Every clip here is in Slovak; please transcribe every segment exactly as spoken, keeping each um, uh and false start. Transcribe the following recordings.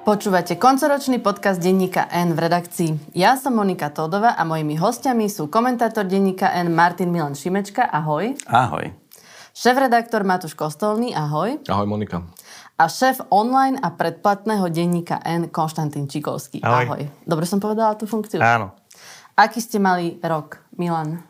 Počúvate koncoročný podcast denníka N v redakcii. Ja som Monika Tódová a mojimi hostiami sú komentátor denníka N Martin Milan Šimečka. Ahoj. Ahoj. Šéfredaktor Matúš Kostolný. Ahoj. Ahoj, Monika. A šéf online a predplatného denníka N Konštantín Čikovský. Ahoj. Ahoj. Dobre som povedala tú funkciu? Áno. Aký ste mali rok, Milan?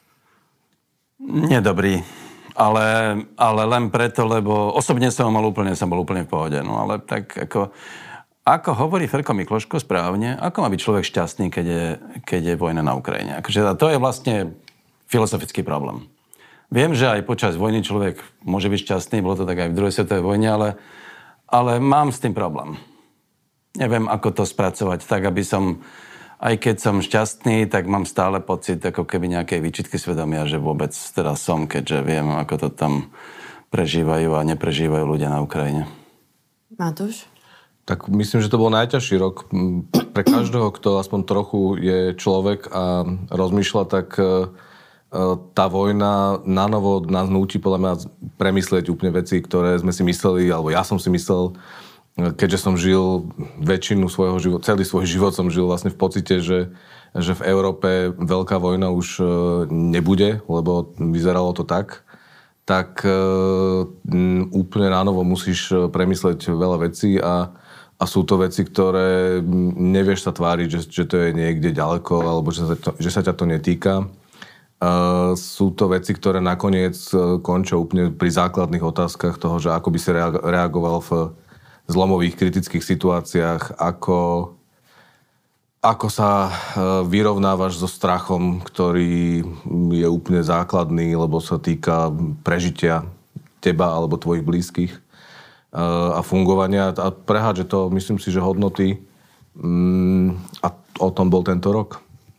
Nedobrý. Ale, ale len preto, lebo osobne som mal úplne, som bol úplne v pohode. No ale tak ako, ako hovorí Ferko Mikloško správne, ako má byť človek šťastný, keď je, keď je vojna na Ukrajine. Akože to je vlastne filozofický problém. Viem, že aj počas vojny človek môže byť šťastný, bolo to tak aj v druhej svetovej vojne, ale, ale mám s tým problém. Neviem, ako to spracovať tak, aby som... Aj keď som šťastný, tak mám stále pocit, ako keby nejakej výčitky svedomia, že vôbec teda som, keďže viem, ako to tam prežívajú a neprežívajú ľudia na Ukrajine. Matúš? Tak myslím, že to bol najťažší rok. Pre každého, kto aspoň trochu je človek a rozmýšľa, tak tá vojna nanovo nás núti podľa mňa premyslieť úplne veci, ktoré sme si mysleli, alebo ja som si myslel, keďže som žil väčšinu svojho života, celý svoj život som žil vlastne v pocite, že, že v Európe veľká vojna už nebude, lebo vyzeralo to tak, tak um, úplne nánovo musíš premysleť veľa vecí a, a sú to veci, ktoré nevieš sa tváriť, že, že to je niekde ďaleko alebo že sa, to, že sa ťa to netýka. Uh, sú to veci, ktoré nakoniec končia úplne pri základných otázkach toho, že ako by si reagoval v zlomových kritických situáciách, ako, ako sa vyrovnávaš so strachom, ktorý je úplne základný, lebo sa týka prežitia teba alebo tvojich blízkych a fungovania. A prehádže to, myslím si, že hodnoty a o tom bol tento rok.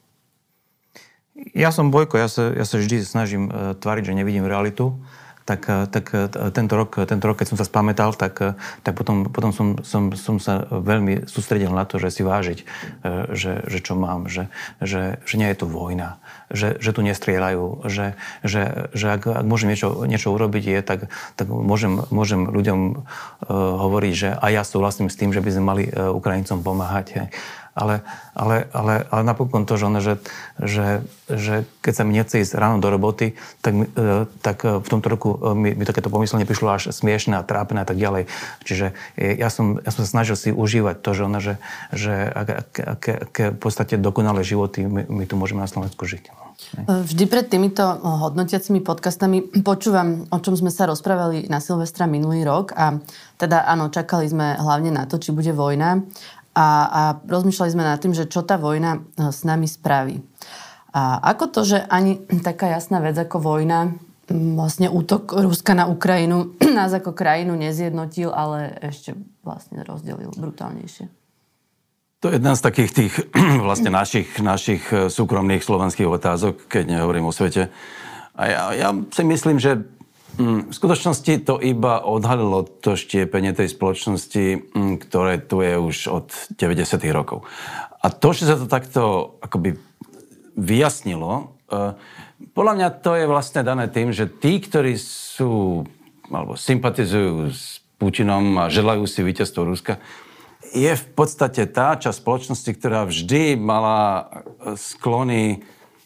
Ja som Bojko, ja sa, ja sa vždy snažím tváriť, že nevidím realitu. Tak, tak tento rok, tento rok, keď som sa spamätal, tak, tak potom, potom som, som, som sa veľmi sústredil na to, že si vážiť, že, že čo mám, že, že, že nie je tu vojna, že, že tu nestrieľajú, že, že, že ak, ak môžem niečo, niečo urobiť, je, tak, tak môžem, môžem ľuďom uh, hovoriť, že aj ja súhlasím s tým, že by sme mali uh, Ukrajincom pomáhať. Hej. Ale, ale, ale, ale napokon to, že, že, že, že keď sa mi nechce ísť ráno do roboty, tak, tak v tomto roku mi, mi takéto pomyslenie prišlo až smiešné a trápne a tak ďalej. Čiže ja som, ja som sa snažil si užívať to, že, ona, že, že aké, aké v podstate dokonalé životy my, my tu môžeme na Slovensku žiť. Vždy pred týmito hodnotiacimi podcastami počúvam, o čom sme sa rozprávali na Silvestra minulý rok a teda áno, čakali sme hlavne na to, či bude vojna. A, a rozmýšľali sme nad tým, že čo tá vojna s nami spraví. A ako to, že ani taká jasná vec ako vojna, vlastne útok Ruska na Ukrajinu nás ako krajinu nezjednotil, ale ešte vlastne rozdelil brutálnejšie. To je jedna z takých tých vlastne našich, našich súkromných slovenských otázok, keď nehovorím o svete. A ja, ja si myslím, že v skutočnosti to iba odhalilo to štiepenie tej spoločnosti, ktoré tu je už od deväťdesiatych rokov. A to, že sa to takto akoby vyjasnilo, podľa mňa to je vlastne dané tým, že tí, ktorí sú alebo sympatizujú s Putinom a želajú si víťazstvo Ruska, je v podstate tá časť spoločnosti, ktorá vždy mala sklony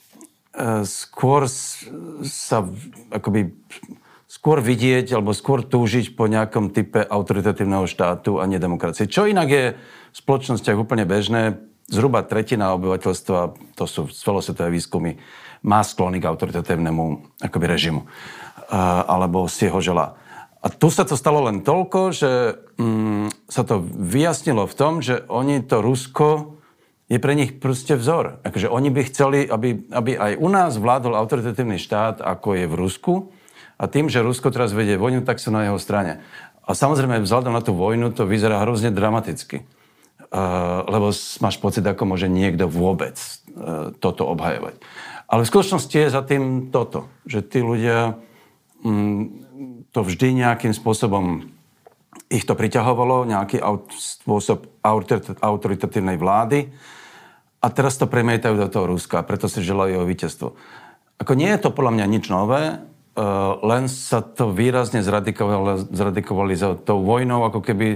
skôr sa akoby skôr vidieť alebo skôr túžiť po nejakom type autoritatívneho štátu a nedemokracie. Čo inak je v spoločnostiach úplne bežné. Zhruba tretina obyvateľstva, to sú celosvetové výskumy, má sklony k autoritatívnemu akoby režimu. Alebo si ho želá. A tu sa to stalo len toľko, že mm, sa to vyjasnilo v tom, že oni to Rusko je pre nich proste vzor. Akože oni by chceli, aby, aby aj u nás vládol autoritatívny štát, ako je v Rusku. A tým, že Rusko teraz vedie vojnu, tak sú na jeho strane. A samozrejme, vzhľadom na tú vojnu, to vyzerá hrozne dramaticky. Uh, lebo máš pocit, ako môže niekto vôbec uh, toto obhajovať. Ale v skutočnosti je za tým toto. Že tí ľudia um, to vždy nejakým spôsobom ich to priťahovalo, nejaký aut- spôsob autorit- autoritatívnej vlády. A teraz to premietajú do toho Ruska. Preto si želajú jeho víťazstvo. Ako nie je to podľa mňa nič nové, len sa to výrazne zradikovali, zradikovali za tou vojnou, ako keby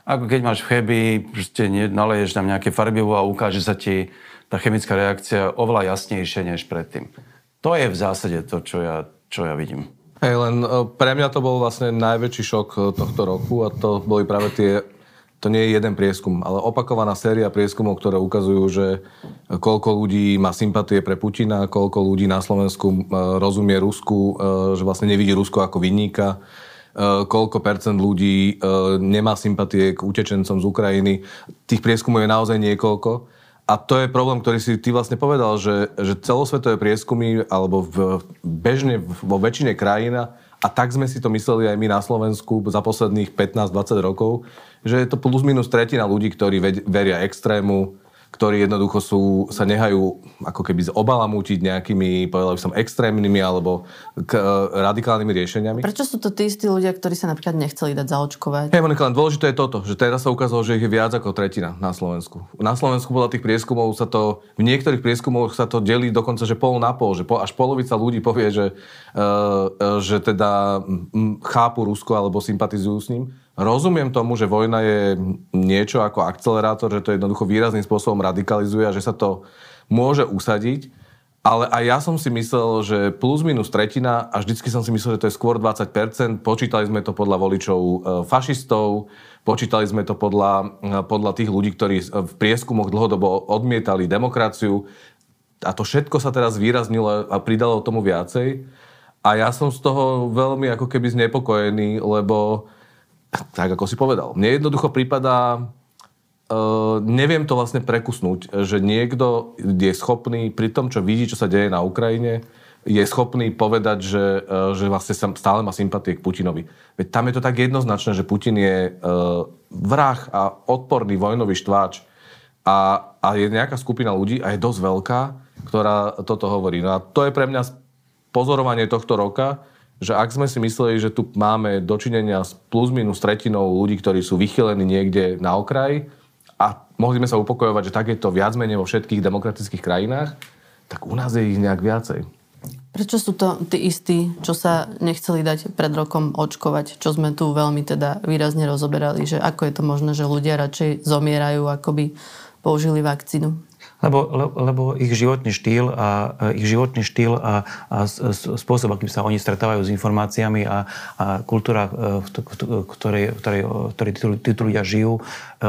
Ako keď máš v chemii, proste naleješ tam nejaké farbivo a ukáže sa ti tá chemická reakcia oveľa jasnejšie než predtým. To je v zásade to, čo ja, čo ja vidím. Hej, len pre mňa to bol vlastne najväčší šok tohto roku a to boli práve tie, to nie je jeden prieskum, ale opakovaná séria prieskumov, ktoré ukazujú, že koľko ľudí má sympatie pre Putina, koľko ľudí na Slovensku rozumie Rusku, že vlastne nevidí Rusko ako vinníka, koľko percent ľudí nemá sympatie k utečencom z Ukrajiny. Tých prieskumov je naozaj niekoľko. A to je problém, ktorý si ty vlastne povedal, že, že celosvetové prieskumy alebo v, bežne vo väčšine krajín, a tak sme si to mysleli aj my na Slovensku za posledných pätnásť dvadsať rokov, že je to plus minus tretina ľudí, ktorí veria extrému, ktorí jednoducho sú, sa nehajú ako keby obalamútiť nejakými, povedal by som, extrémnymi alebo k, radikálnymi riešeniami. Prečo sú to tí istí ľudia, ktorí sa napríklad nechceli dať zaočkovať? Hej, Monika, len dôležité je toto, že teraz sa ukázalo, že ich je viac ako tretina na Slovensku. Na Slovensku podľa tých prieskumov sa to, v niektorých prieskumoch sa to delí dokonca, že pol na pol, že po, až polovica ľudí povie, že, uh, že teda chápu Rusko alebo sympatizujú s ním. Rozumiem tomu, že vojna je niečo ako akcelerátor, že to jednoducho výrazným spôsobom radikalizuje a že sa to môže usadiť, ale aj ja som si myslel, že plus minus tretina a vždycky som si myslel, že to je skôr dvadsať percent. Počítali sme to podľa voličov fašistov, počítali sme to podľa, podľa tých ľudí, ktorí v prieskumoch dlhodobo odmietali demokraciu a to všetko sa teraz výraznilo a pridalo tomu viacej a ja som z toho veľmi ako keby znepokojený, lebo tak, ako si povedal. Mne jednoducho prípada, uh, neviem to vlastne prekusnúť, že niekto je schopný, pri tom, čo vidí, čo sa deje na Ukrajine, je schopný povedať, že, uh, že vlastne stále má sympatie k Putinovi. Veď tam je to tak jednoznačné, že Putin je uh, vrah a odporný vojnový štváč a, a je nejaká skupina ľudí, a je dosť veľká, ktorá toto hovorí. No a to je pre mňa pozorovanie tohto roka, že ak sme si mysleli, že tu máme dočinenia s plus minus tretinou ľudí, ktorí sú vychylení niekde na okraji a mohli sme sa upokojovať, že tak je to viac menej vo všetkých demokratických krajinách, tak u nás je ich nejak viacej. Prečo sú to tí istí, čo sa nechceli dať pred rokom očkovať, čo sme tu veľmi teda výrazne rozoberali, že ako je to možné, že ľudia radšej zomierajú, ako by použili vakcínu? Lebo, lebo ich životný štýl a ich životný štýl a, a spôsob, akým sa oni stretávajú s informáciami a, a kultúra, v ktorej, v ktorej, v ktorej títo ľudia žijú,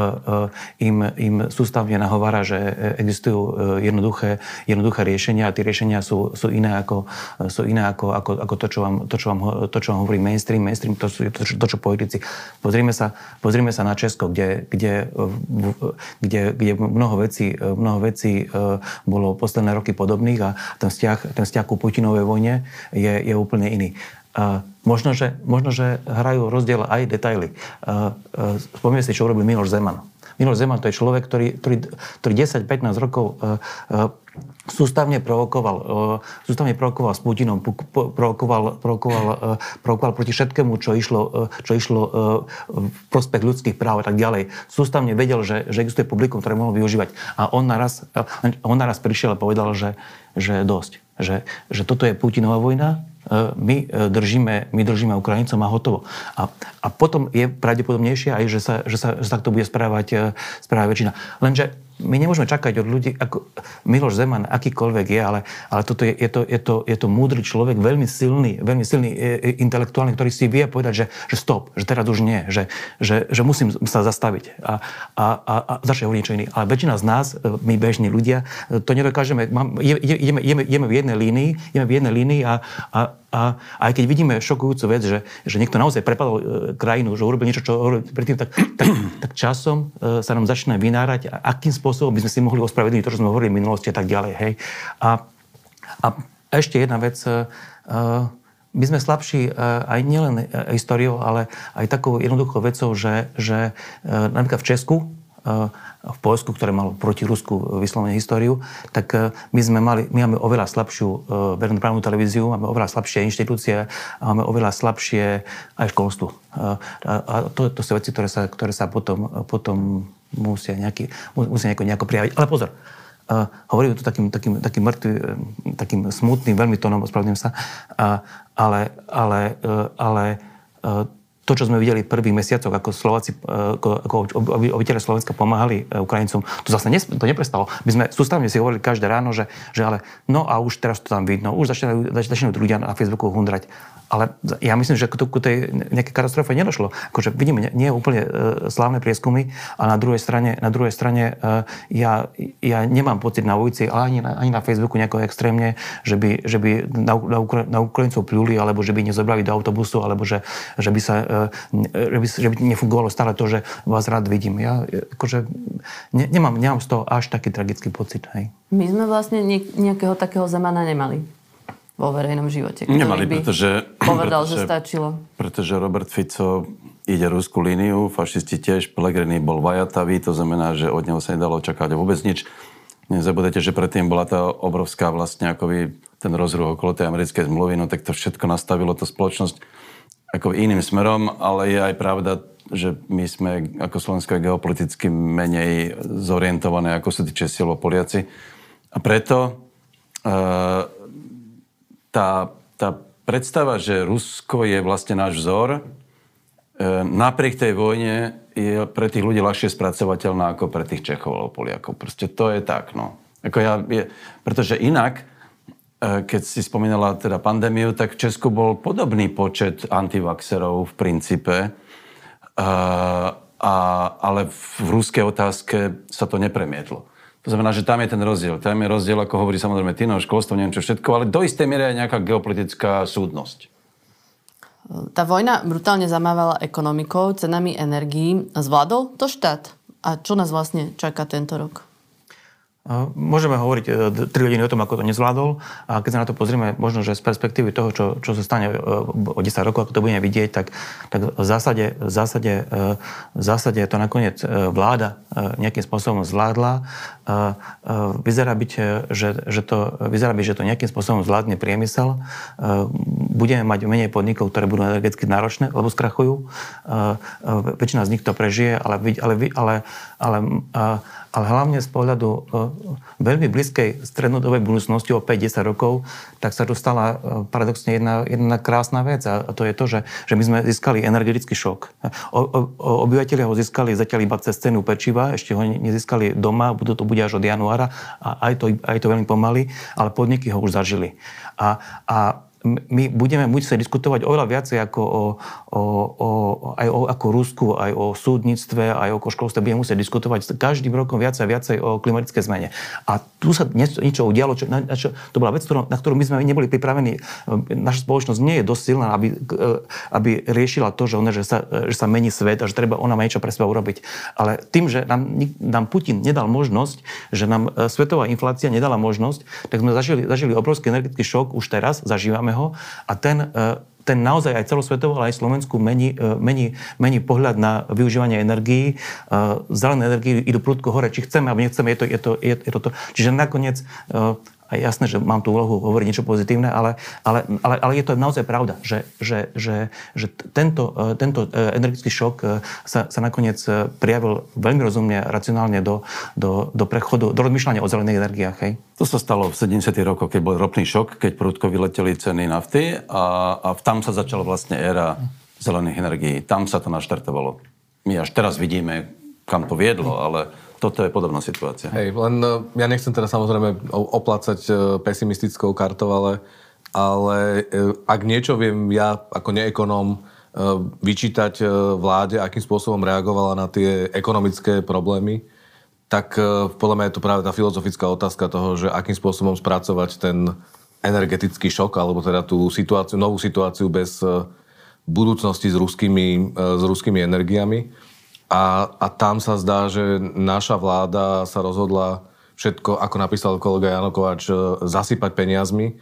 im, im sústavne nahovára, že existujú jednoduché, jednoduché riešenia a tie riešenia sú, sú iné, ako, sú iné ako, ako, ako to, čo vám, to, čo vám, to, čo vám hovorí mainstream. Mainstream to sú to, to, čo politici. Pozrime sa, pozrime sa na Česko, kde, kde, kde, kde mnoho vecí, mnoho vecí bolo posledné roky podobných a ten vzťah, ten vzťah ku Putinovej vojne je, je úplne iný. Uh, možno, že, možno, že hrajú rozdiel aj detaily. Uh, uh, Spomínam si, čo urobil Miloš Zeman. Miloš Zeman to je človek, ktorý, ktorý, ktorý desať pätnásť rokov uh, uh, sústavne provokoval, uh, sústavne provokoval s Putinom, provokoval, provokoval, uh, provokoval proti všetkému, čo išlo, uh, čo išlo uh, v prospech ľudských práv a tak ďalej. Sústavne vedel, že, že existuje publikum, ktoré mohlo využívať. A on naraz, uh, on naraz prišiel a povedal, že, že dosť. Že, že toto je Putinová vojna, my držíme, my držíme Ukrajincom a hotovo. A, a potom je pravdepodobnejšie aj, že sa, že sa, že sa takto bude správať, správať väčšina. Lenže my nemôžeme čakať od ľudí, ako Miloš Zeman, akýkoľvek je, ale, ale toto je, je, to, je, to, je to múdry človek, veľmi silný, veľmi silný intelektuálny, ktorý si vie povedať, že, že stop, že teraz už nie, že, že, že musím sa zastaviť a, a, a, a začať hovoriť niečo iné. Ale väčšina z nás, my bežní ľudia, to nedokážeme. Ideme, ideme, ideme v jednej línii, ideme v jednej línii a, a A aj keď vidíme šokujúcu vec, že, že niekto naozaj prepadol e, krajinu, že urobil niečo, čo urobil predtým, tak, tak, tak časom e, sa nám začína vynárať, a akým spôsobom by sme si mohli ospravedlniť to, čo sme hovorili v minulosti a tak ďalej. Hej. A, a ešte jedna vec. E, my sme slabší e, aj nielen históriou, ale aj takou jednoduchou vecou, že, že e, napríklad v Česku, v Poľsku, ktoré malo proti Rusku vyslovenú históriu, tak my sme mali, my máme oveľa slabšiu verejnoprávnu televíziu, máme oveľa slabšie inštitúcie, máme oveľa slabšie aj školstvo. A to, to sú veci, ktoré sa, ktoré sa potom, potom musia, nejaký, musia nejako, nejako prijaviť. Ale pozor, uh, hovorím to takým, takým, takým mŕtvým, takým smutným, veľmi tónom, ospravedlňujem sa, uh, ale, ale, uh, ale uh, to, čo sme videli v prvých mesiacoch, ako Slováci, ako, ako obyvateľe Slovenska pomáhali Ukrajincom, to zase ne, to neprestalo. My sme sústavne si hovorili každé ráno, že, že ale no a už teraz to tam vidno, už začínajú, začínajú ľudia na Facebooku hundrať. Ale ja myslím, že ku tej nejakej katastrofe nedošlo. Akože vidíme, nie, nie je úplne e, slávne prieskumy, ale na druhej strane, na druhej strane e, ja, ja nemám pocit na ulici, ale ani na, ani na Facebooku nejako extrémne, že by, že by na, na, Ukra- na Ukrajincov pľuli, alebo že by nezobrali do autobusu, alebo že, že, by, sa, e, že, by, že by nefungovalo stále to, že vás rád vidím. Ja akože ne, nemám, nemám z toho až taký tragický pocit. Hej. My sme vlastne nie, nejakého takého Zemana nemali vo verejnom živote. Nemali, pretože... Povedal, pretože, že stačilo. Pretože Robert Fico ide ruskú líniu, fašisti tiež, Pellegrini bol vajatavý, to znamená, že od neho sa nedalo očakávať vôbec nič. Nezabudete, že predtým bola tá obrovská vlastne akoby ten rozruch okolo tej americkej zmluvy, no tak to všetko nastavilo tú spoločnosť ako iným smerom, ale je aj pravda, že my sme ako Slovensko geopoliticky menej zorientované, ako sú tí Česi alebo Poliaci. A preto... Uh, Tá, tá predstava, že Rusko je vlastne náš vzor, e, napriek tej vojne je pre tých ľudí ľahšie spracovateľná ako pre tých Čechov alebo Poliakov. Proste to je tak, no. Ako ja, je, pretože inak, e, keď si spomínala teda pandémiu, tak v Česku bol podobný počet antivaxerov v princípe, e, a, ale v ruskej otázke sa to nepremietlo. To znamená, že tam je ten rozdiel. Tam je rozdiel, ako hovorí samozrejme Tino, školstvo, neviem čo všetko, ale do istej miery aj nejaká geopolitická súdnosť. Tá vojna brutálne zamávala ekonomikou, cenami energií. Zvládol to štát? A čo nás vlastne čaká tento rok? Môžeme hovoriť tri hodiny o tom, ako to nezvládol. A keď sa na to pozrieme, možno, že z perspektívy toho, čo, čo sa stane o desať rokov, ako to budeme vidieť, tak, tak v, zásade, v, zásade, v zásade to nakoniec vláda nejakým spôsobom zvládla. Vyzerá byť, že, že to, vyzerá byť, že to nejakým spôsobom zvládne priemysel. Budeme mať menej podnikov, ktoré budú energeticky náročné, lebo skrachujú. Väčšina z nich to prežije, ale, ale, ale, ale, ale hlavne z pohľadu veľmi blízkej strednodobej budúcnosti o päť desať rokov, tak sa tu stala paradoxne jedna, jedna krásna vec a to je to, že, že my sme získali energetický šok. O, o, obyvateľia ho získali zatiaľ iba cez cenu pečiva, ešte ho nezískali doma, budú to bude až od januára a aj to, aj to veľmi pomaly, ale podniky ho už zažili. A, a my budeme musieť diskutovať oveľa viacej ako o, o, o, aj o ako Rusku, aj o súdnictve, aj o školstve. Budeme musieť diskutovať každým rokom viacej a viacej o klimatickej zmene. A tu sa niečo, niečo udialo, čo, na, čo, to bola vec, ktorú, na ktorú my sme neboli pripravení. Naša spoločnosť nie je dosť silná, aby, aby riešila to, že, ona, že, sa, že sa mení svet a že treba ona má niečo pre seba urobiť. Ale tým, že nám, nám Putin nedal možnosť, že nám svetová inflácia nedala možnosť, tak sme zažili, zažili obrovský energetický šok už teraz, zažívame ho a ten, ten naozaj aj celosvetovo, ale aj Slovensku mení, mení, mení pohľad na využívanie energií. Zelené energie idú prudko hore, či chceme, alebo nechceme, je to, je to, je, je to, to. Čiže nakoniec a jasné, že mám tú úlohu hovoriť niečo pozitívne, ale, ale, ale, ale je to naozaj pravda, že, že, že, že tento, tento energetický šok sa, sa nakoniec prijavil veľmi rozumne, racionálne do, do, do prechodu, do rozmýšľania o zelených energiách. Hej? To sa stalo v sedemdesiatych rokoch, keď bol ropný šok, keď prudko vyleteli ceny nafty a, a tam sa začala vlastne éra zelených energií. Tam sa to naštartovalo. My až teraz vidíme, kam to viedlo, ale toto je podobná situácia. Hej, len ja nechcem teraz samozrejme oplácať pesimistickou kartou, ale, ale ak niečo viem ja ako neekonóm vyčítať vláde, akým spôsobom reagovala na tie ekonomické problémy, tak podľa mňa je to práve tá filozofická otázka toho, že akým spôsobom spracovať ten energetický šok, alebo teda tú situáciu, novú situáciu bez budúcnosti s ruskými, s ruskými energiami. A, a tam sa zdá, že naša vláda sa rozhodla všetko, ako napísal kolega Jano Kováč, zasypať peniazmi.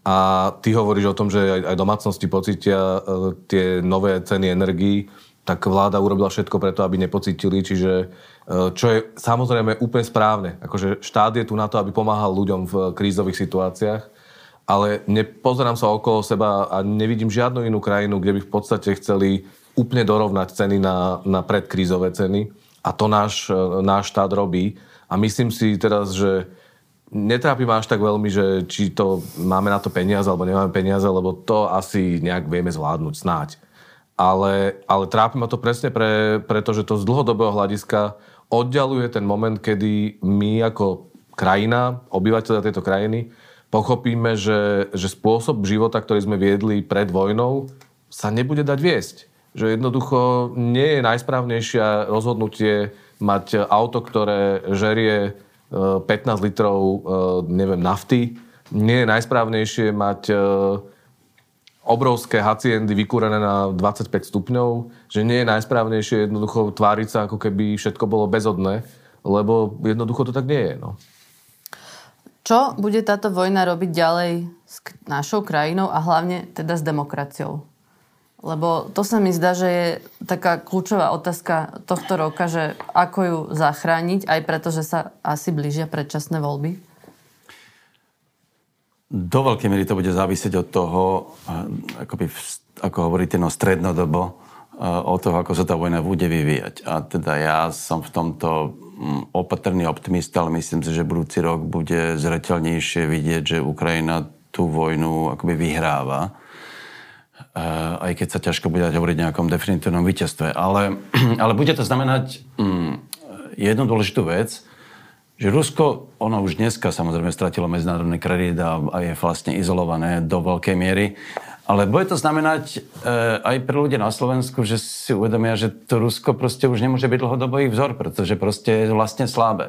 A ty hovoríš o tom, že aj, aj domácnosti pocítia tie nové ceny energií, tak vláda urobila všetko preto, aby nepocítili. Čiže čo je samozrejme úplne správne. Akože štát je tu na to, aby pomáhal ľuďom v krízových situáciách. Ale nepozerám sa okolo seba a nevidím žiadnu inú krajinu, kde by v podstate chceli úplne dorovnať ceny na, na predkrízové ceny. A to náš, náš štát robí. A myslím si teraz, že netrápi ma až tak veľmi, že či to máme na to peniaze alebo nemáme peniaze, lebo to asi nejak vieme zvládnuť snáď. Ale, ale trápi ma to presne pre, preto, že to z dlhodobého hľadiska oddialuje ten moment, kedy my ako krajina, obyvateľia tejto krajiny, pochopíme, že, že spôsob života, ktorý sme viedli pred vojnou, sa nebude dať viesť. Že jednoducho nie je najsprávnejšie rozhodnutie mať auto, ktoré žerie pätnásť litrov, neviem, nafty. Nie je najsprávnejšie mať obrovské haciendy vykúrené na dvadsaťpäť stupňov. Že nie je najsprávnejšie jednoducho tváriť sa, ako keby všetko bolo bezodné. Lebo jednoducho to tak nie je, no. Čo bude táto vojna robiť ďalej s našou krajinou a hlavne teda s demokraciou? Lebo to sa mi zdá, že je taká kľúčová otázka tohto roka, že ako ju zachrániť, aj preto, že sa asi blížia predčasné voľby? Do veľkej miery to bude závisieť od toho, akoby, ako hovoríte, no strednodobo, od toho, ako sa tá vojna bude vyvíjať. A teda ja som v tomto opatrný optimista, ale myslím si, že budúci rok bude zreteľnejšie vidieť, že Ukrajina tú vojnu akoby vyhráva. Aj keď sa ťažko bude hovoriť o nejakom definitívnom víťazstve. Ale, ale bude to znamenať mm, jednu dôležitú vec, že Rusko, ono už dneska samozrejme stratilo medzinárodný kredit a, a je vlastne izolované do veľkej miery. Ale bude to znamenať e, aj pre ľudia na Slovensku, že si uvedomia, že to Rusko proste už nemôže byť dlhodobo ich vzor, pretože proste je vlastne slabé.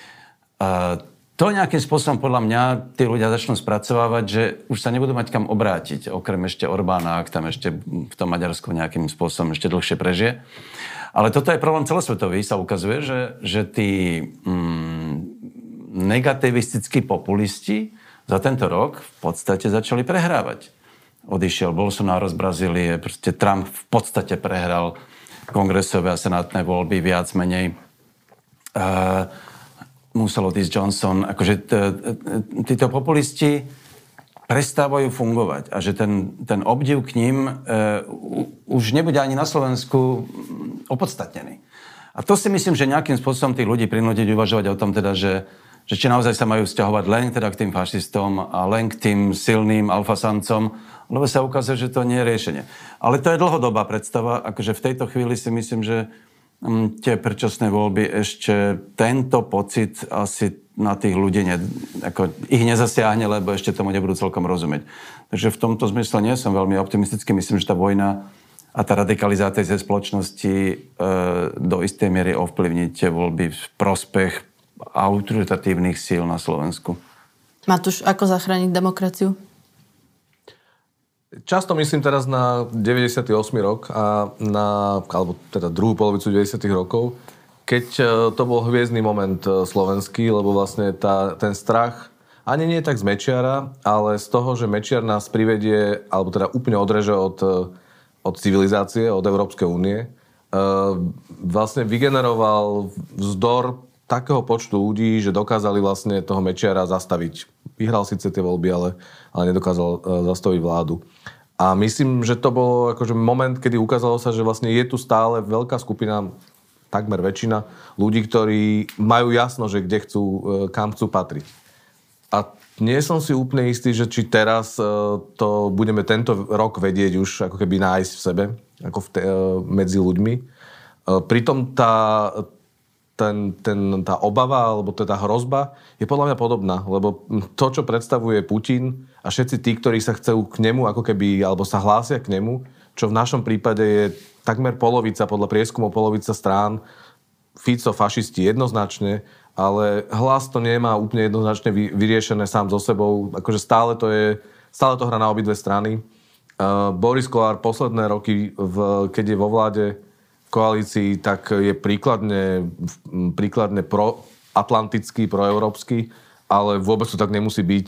E, to nejakým spôsobom podľa mňa tí ľudia začnú spracovávať, že už sa nebudú mať kam obrátiť, okrem ešte Orbána, ak tam ešte v tom Maďarsku nejakým spôsobom ešte dlhšie prežije. Ale toto je problém celosvetový, sa ukazuje, že, že tí mm, negativistickí populisti za tento rok v podstate začali prehrávať. Odišiel Bolsonaro z Brazílie, proste Trump v podstate prehral kongresové a senátne voľby viac menej. Uh, musel odísť Johnson. Akože t- t- títo populisti prestávajú fungovať a že ten, ten obdiv k ním uh, už nebude ani na Slovensku opodstatnený. A to si myslím, že nejakým spôsobom tých ľudí prinútiť uvažovať o tom teda, že že či naozaj sa majú vzťahovať len teda k tým fašistom a len k tým silným alfasancom, lebo sa ukazuje, že to nie je riešenie. Ale to je dlhodobá predstava, akože v tejto chvíli si myslím, že um, tie predčasné voľby ešte tento pocit asi na tých ľudí ne, ako ich nezasiahne, lebo ešte tomu nebudú celkom rozumieť. Takže v tomto zmysle nie som veľmi optimistický. Myslím, že tá vojna a tá radikalizácia tej spoločnosti e, do istej miery ovplyvní tie voľby v prospech autoritatívnych síl na Slovensku. Matúš, ako zachrániť demokraciu? Často myslím teraz na deväťdesiaty ôsmy rok a na, alebo teda druhú polovicu deväťdesiatych rokov, keď to bol hviezdny moment slovenský, lebo vlastne tá, ten strach ani nie tak z Mečiara, ale z toho, že Mečiar nás privedie, alebo teda úplne odreže od, od civilizácie, od Európskej únie, vlastne vygeneroval vzdor takého počtu ľudí, že dokázali vlastne toho Mečiara zastaviť. Vyhral síce tie voľby, ale, ale nedokázal zastaviť vládu. A myslím, že to bol akože moment, kedy ukázalo sa, že vlastne je tu stále veľká skupina, takmer väčšina ľudí, ktorí majú jasno, že kde chcú, kam chcú patriť. A nie som si úplne istý, že či teraz to budeme tento rok vedieť už ako keby nájsť v sebe, ako v te, medzi ľuďmi. Pritom tá Ten, ten, tá obava, alebo teda hrozba je podľa mňa podobná, lebo to, čo predstavuje Putin a všetci tí, ktorí sa chcú k nemu, ako keby, alebo sa hlásia k nemu, čo v našom prípade je takmer polovica, podľa prieskumov polovica strán, Fico, fašisti jednoznačne, ale Hlas to nemá úplne jednoznačne vyriešené sám so sebou, akože stále to je, stále to hrá na obidve strany. Uh, Boris Kollár posledné roky, v, keď je vo vláde, koalícii, tak je príkladne, príkladne proatlantický, proeurópsky, ale vôbec to tak nemusí byť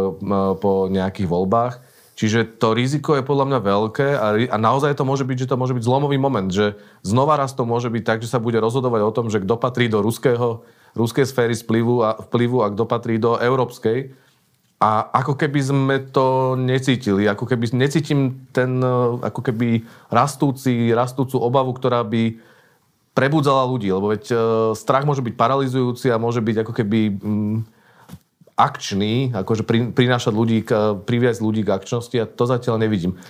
po nejakých voľbách. Čiže to riziko je podľa mňa veľké a, a naozaj to môže byť, že to môže byť zlomový moment, že znova raz to môže byť tak, že sa bude rozhodovať o tom, že kto patrí do ruského, ruskej sféry vplyvu a, vplyvu a kto patrí do európskej. A ako keby sme to necítili, ako keby necítim ten ako keby rastúci, rastúcu obavu, ktorá by prebudzala ľudí, lebo veď strach môže byť paralyzujúci a môže byť ako keby mm, akčný, akože pri, prinášať ľudí, priviesť ľudí k akčnosti a to zatiaľ nevidím.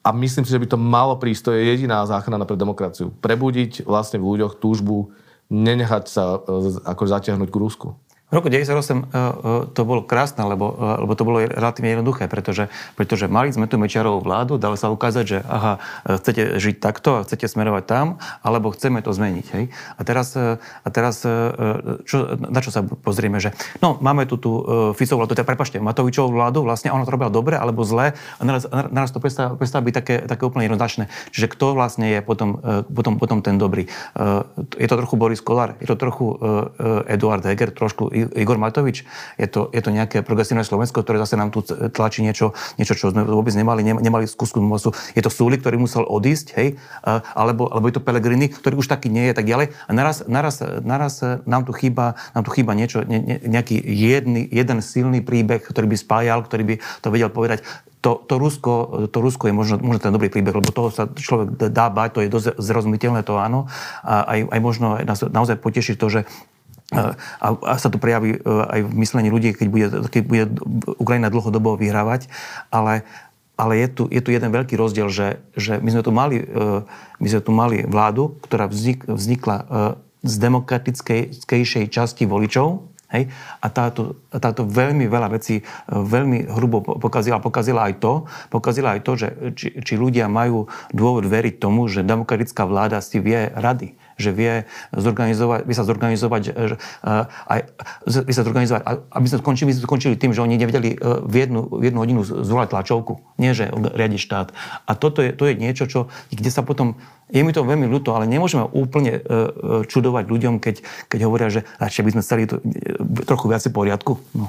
a myslím si, že by to malo prísť, to je jediná záchrana pre demokraciu. Prebudiť vlastne v ľuďoch túžbu, nenechať sa ako zatiahnuť k Rusku. V roku deväťdesiatosem to bolo krásne, lebo, lebo to bolo relatívne jednoduché, pretože, pretože mali sme tu Mečiarovú vládu, dalo sa ukázať, že aha, chcete žiť takto a chcete smerovať tam, alebo chceme to zmeniť. Hej? A teraz, a teraz čo, na čo sa pozrieme, že no, máme tu tú Ficovú vládu, teda prepáčte, Matovičovú vládu, vlastne ona to robila dobre alebo zle a naraz, naraz to prestáva, prestáva byť také, také úplne jednoznačné. Čiže kto vlastne je potom, potom, potom ten dobrý? Je to trochu Boris Kollár, je to trochu Eduard Heger, trošku Igor Matovič, je to, je to nejaké progresívne Slovensko, ktoré zase nám tu tlačí niečo, niečo čo sme vôbec nemali, nemali skúsku mocu. Je to Súlik, ktorý musel odísť, hej, alebo, alebo je to Pellegrini, ktorý už taký nie je, tak ďalej. A naraz, naraz, naraz nám tu chýba, nám tu chýba niečo, ne, nejaký jedný, jeden silný príbeh, ktorý by spájal, ktorý by to vedel povedať. To, to, Rusko, to Rusko je možno, možno ten dobrý príbeh, lebo toho sa človek dá báť, to je dosť zrozumiteľné, to áno. A aj, aj možno nás naozaj poteší to, že A, a sa to prejaví aj v myslení ľudí, keď bude, keď bude Ukrajina dlhodobo vyhrávať, ale, ale je, tu, je tu jeden veľký rozdiel, že, že my, sme tu mali, my sme tu mali vládu, ktorá vznik, vznikla z demokratickejšej časti voličov, hej? A táto, táto veľmi veľa vecí veľmi hrubo pokazila, pokazila aj to, pokazila aj to, že či, či ľudia majú dôvod veriť tomu, že demokratická vláda si vie rady, že vie zorganizovať, vie sa zorganizovať, že, uh, aj, vie sa zorganizovať, aby sme skončili, sme skončili tým, že oni nevedeli uh, v, jednu, v jednu hodinu zvolať tlačovku. Nie, že riadiť štát. A toto je, to je niečo, čo, kde sa potom, je mi to veľmi ľúto, ale nemôžeme úplne uh, čudovať ľuďom, keď, keď hovoria, že radšej by sme chceli to, uh, trochu viac poriadku. No.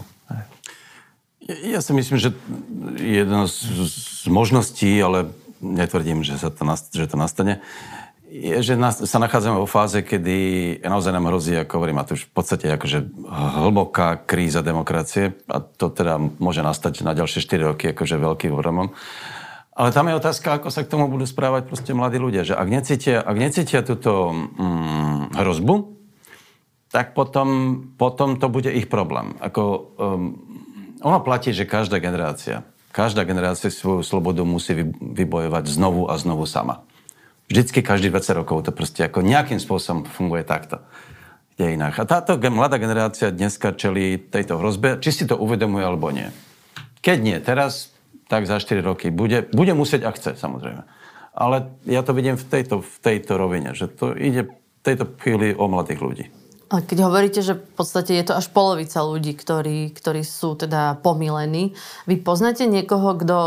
Ja, ja si myslím, že jedna z, z možností, ale netvrdím, že, sa to, že to nastane, je, že nás, sa nachádzame vo fáze, kedy naozaj nám hrozí, ako hovorím, a to už v podstate akože hlboká kríza demokracie a to teda môže nastať na ďalšie štyri roky akože veľkým problémom. Ale tam je otázka, ako sa k tomu budú správať proste mladí ľudia, že ak necítia, ak necítia túto mm, hrozbu, tak potom, potom to bude ich problém. Ako, um, ono platí, že každá generácia, každá generácia svoju slobodu musí vybojovať znovu a znovu sama. Vždycky každých dvadsať rokov to proste ako nejakým spôsobom funguje takto. Je inak. A táto mladá generácia dneska čelí tejto hrozbe, či si to uvedomuje alebo nie. Keď nie teraz, tak za štyri roky bude, bude musieť, ak chce, samozrejme. Ale ja to vidím v tejto, v tejto rovine, že to ide v tejto chvíli o mladých ľudí. Ale keď hovoríte, že v podstate je to až polovica ľudí, ktorí, ktorí sú teda pomilení, vy poznáte niekoho, kto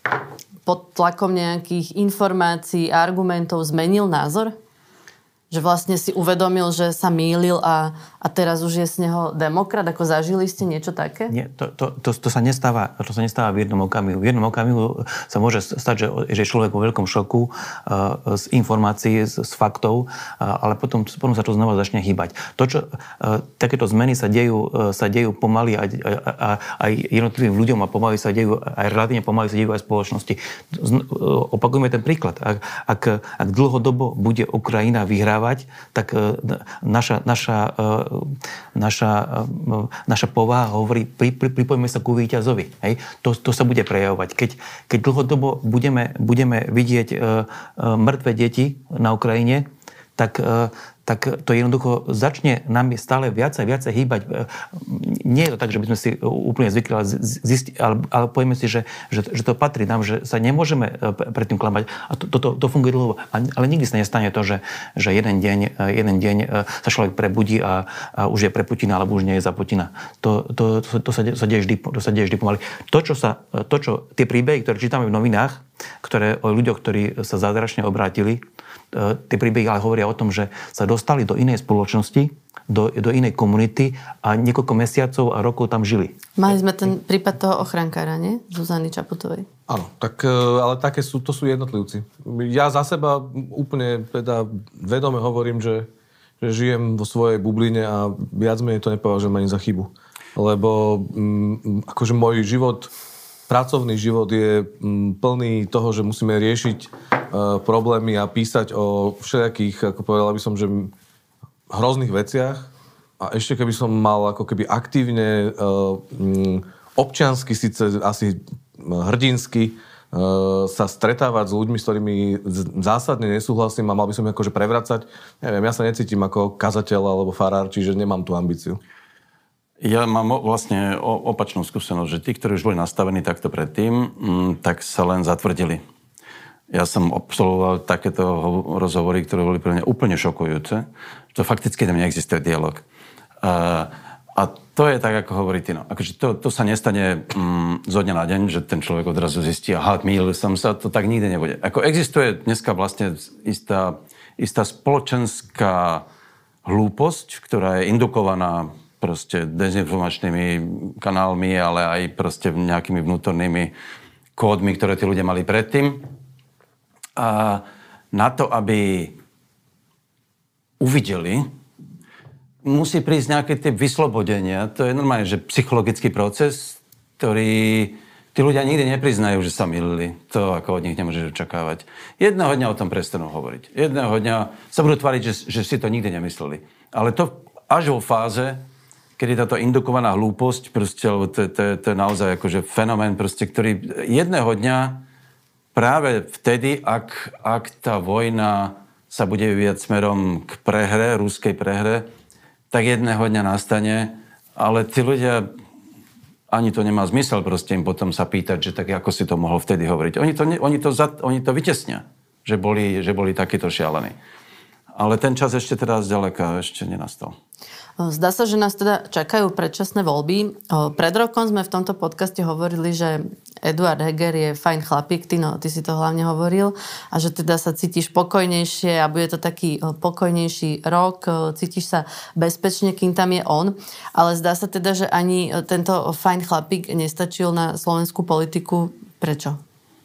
pod tlakom nejakých informácií a argumentov zmenil názor? Že vlastne si uvedomil, že sa mýlil a, a teraz už je z neho demokrat? Ako zažili ste niečo také? Nie, to, to, to, to, sa nestáva, to sa nestáva v jednom okamihu. V jednom okamihu sa môže stať, že, že je človek vo veľkom šoku uh, z informácií, z, z faktov, uh, ale potom, potom sa to znova začne hýbať. To, čo, uh, takéto zmeny sa dejú, uh, sa dejú pomaly aj, aj, aj, aj jednotlivým ľuďom a pomaly sa dejú, aj relatívne pomaly sa dejú aj spoločnosti. Z, uh, opakujeme ten príklad. Ak, ak, ak dlhodobo bude Ukrajina vyhrávať, tak naša, naša, naša, naša povaha hovorí, pri, pri, pripojme sa ku víťazovi. Hej? To, to sa bude prejavovať. Keď, keď dlhodobo budeme, budeme vidieť mŕtve deti na Ukrajine, tak, tak to jednoducho začne nám stále viacej, viacej hýbať. Nie je to tak, že by sme si úplne zvykli, ale, zisti, ale, ale povieme si, že, že, že to patrí nám, že sa nemôžeme pred tým klamať. A to, to, to funguje dlho. Ale nikdy sa nestane to, že, že jeden, deň, jeden deň sa človek prebudí a, a už je pre Putina, alebo už nie je za Putina. To, to, to, to, sa, to, sa, deje vždy, to sa deje vždy pomaly. To, čo sa, to, čo, tie príbehy, ktoré čítame v novinách, ktoré o ľuďoch, ktorí sa zázračne obrátili, tie príbehy ale hovoria o tom, že sa dostali do inej spoločnosti, do, do inej komunity a niekoľko mesiacov a rokov tam žili. Mali sme ten prípad toho ochrankára, nie? Zuzany Čaputovej. Áno, tak, ale také sú, to sú jednotlivci. Ja za seba úplne teda vedome hovorím, že, že žijem vo svojej bubline a viac menej to nepovažujem ani za chybu. Lebo m, akože môj život, pracovný život je m, plný toho, že musíme riešiť e, problémy a písať o všelijakých, ako povedal by som, že hrozných veciach. A ešte keby som mal ako keby aktívne e, m, občiansky, síce asi hrdinsky, sa stretávať s ľuďmi, s ktorými zásadne nesúhlasím a mal by som ich akože prevracať. Neviem, ja sa necítim ako kazateľ alebo farár, čiže nemám tú ambíciu. Ja mám vlastne opačnú skúsenosť, že tí, ktorí už boli nastavení takto predtým, tak sa len zatvrdili. Ja som absolvoval takéto rozhovory, ktoré boli pre mňa úplne šokujúce. To fakticky tam neexistuje dialog. A, a to je tak, ako hovorí Tino. Akože to, to sa nestane mm, zo dňa na deň, že ten človek odrazu zistí, aha, mýlil som sa, to tak nikdy nebude. Ako existuje dneska vlastne istá, istá spoločenská hlúposť, ktorá je indukovaná proste dezinformačnými kanálmi, ale aj proste nejakými vnútornými kódmi, ktoré tí ľudia mali predtým. A na to, aby uvideli, musí prísť nejaké tie vyslobodenia. To je normálne, že psychologický proces, ktorý tí ľudia nikdy nepriznajú, že sa mýlili. To ako od nich nemôžeš očakávať. Jedného dňa o tom prestanú hovoriť. Jedného dňa sa budú tváriť, že, že si to nikdy nemysleli. Ale to až vo fáze, kedy táto indukovaná hlúposť, proste, alebo to, to, to je naozaj akože fenomén, proste, ktorý jedného dňa práve vtedy, ak, ak tá vojna sa bude vyvíjať smerom k prehre, ruskej prehre, tak jedného dňa nastane, ale tí ľudia, ani to nemá zmysel proste im potom sa pýtať, že tak ako si to mohol vtedy hovoriť. Oni to, oni to, oni to vytesnia, že boli, že boli takíto šialení. Ale ten čas ešte teraz ďaleka ešte nenastal. Zdá sa, že nás teda čakajú predčasné voľby. Pred rokom sme v tomto podcaste hovorili, že Eduard Heger je fajn chlapík, ty, no, ty si to hlavne hovoril, a že teda sa cítiš pokojnejšie a bude to taký pokojnejší rok, cítiš sa bezpečne, kým tam je on. Ale zdá sa teda, že ani tento fajn chlapík nestačil na slovenskú politiku. Prečo?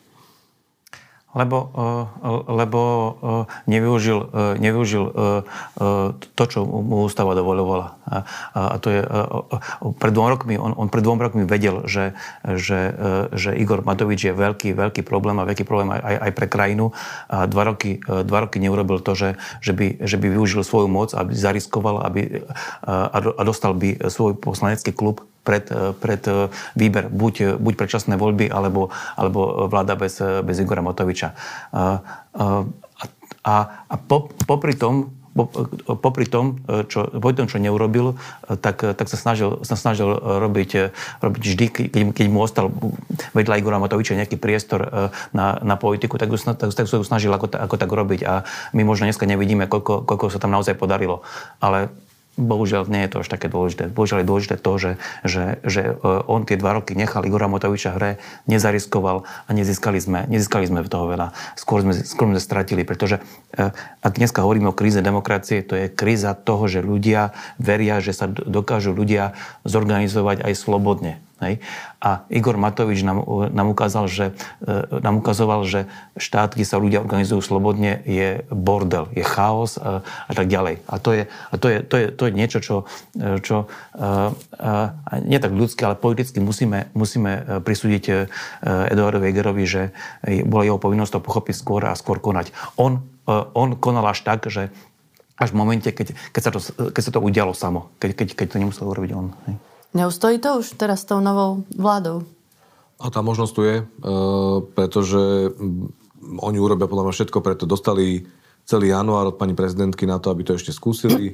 Lebo, lebo nevyužil, nevyužil to, čo mu ústava dovoľovala. A to je, pred dvom rokmi, on, on pred dvom rokmi vedel, že, že, že Igor Matovič je veľký, veľký problém a veľký problém aj, aj pre krajinu. A dva roky, dva roky neurobil to, že, že, by, že by využil svoju moc, aby zariskoval, aby, a dostal by svoj poslanecký klub pred, pred výber buď, buď predčasné voľby, alebo, alebo vláda bez, bez Igora Matoviča. A, a, a, a po, popri tom, popri tom, čo, popri tom, čo neurobil, tak, tak sa snažil, sa snažil robiť, robiť vždy, keď, keď mu ostal vedľa Igora Matoviča nejaký priestor na, na politiku, tak, tak, tak sa snažil ako, ako tak robiť. A my možno dneska nevidíme, koľko, koľko sa tam naozaj podarilo. Ale bohužiaľ nie je to až také dôležité. Bohužiaľ je dôležité to, že, že, že on tie dva roky nechal Igora Matoviča hre, nezariskoval a nezískali sme, nezískali sme toho veľa. Skôr sme, skôr sme stratili, pretože ak dneska hovoríme o kríze demokracie, to je kríza toho, že ľudia veria, že sa dokážu ľudia zorganizovať aj slobodne. Hej. A Igor Matovič nám, nám, ukázal, že, nám ukazoval, že štát, kde sa ľudia organizujú slobodne, je bordel, je chaos a, a tak ďalej. A to je, a to je, to je, to je niečo, čo, čo a, a, nie tak ľudské, ale politicky musíme, musíme prisúdiť Eduardovi Hegerovi, že bola jeho povinnosť to pochopiť skôr a skôr konať. On, on konal až tak, že až v momente, keď, keď, sa, to, keď sa to udialo samo, keď, keď, keď to nemusel urobiť on. Hej. Neustojí to už teraz s tou novou vládou? A tá možnosť tu je, pretože oni urobia podľa mňa všetko, preto dostali celý január od pani prezidentky na to, aby to ešte skúsili.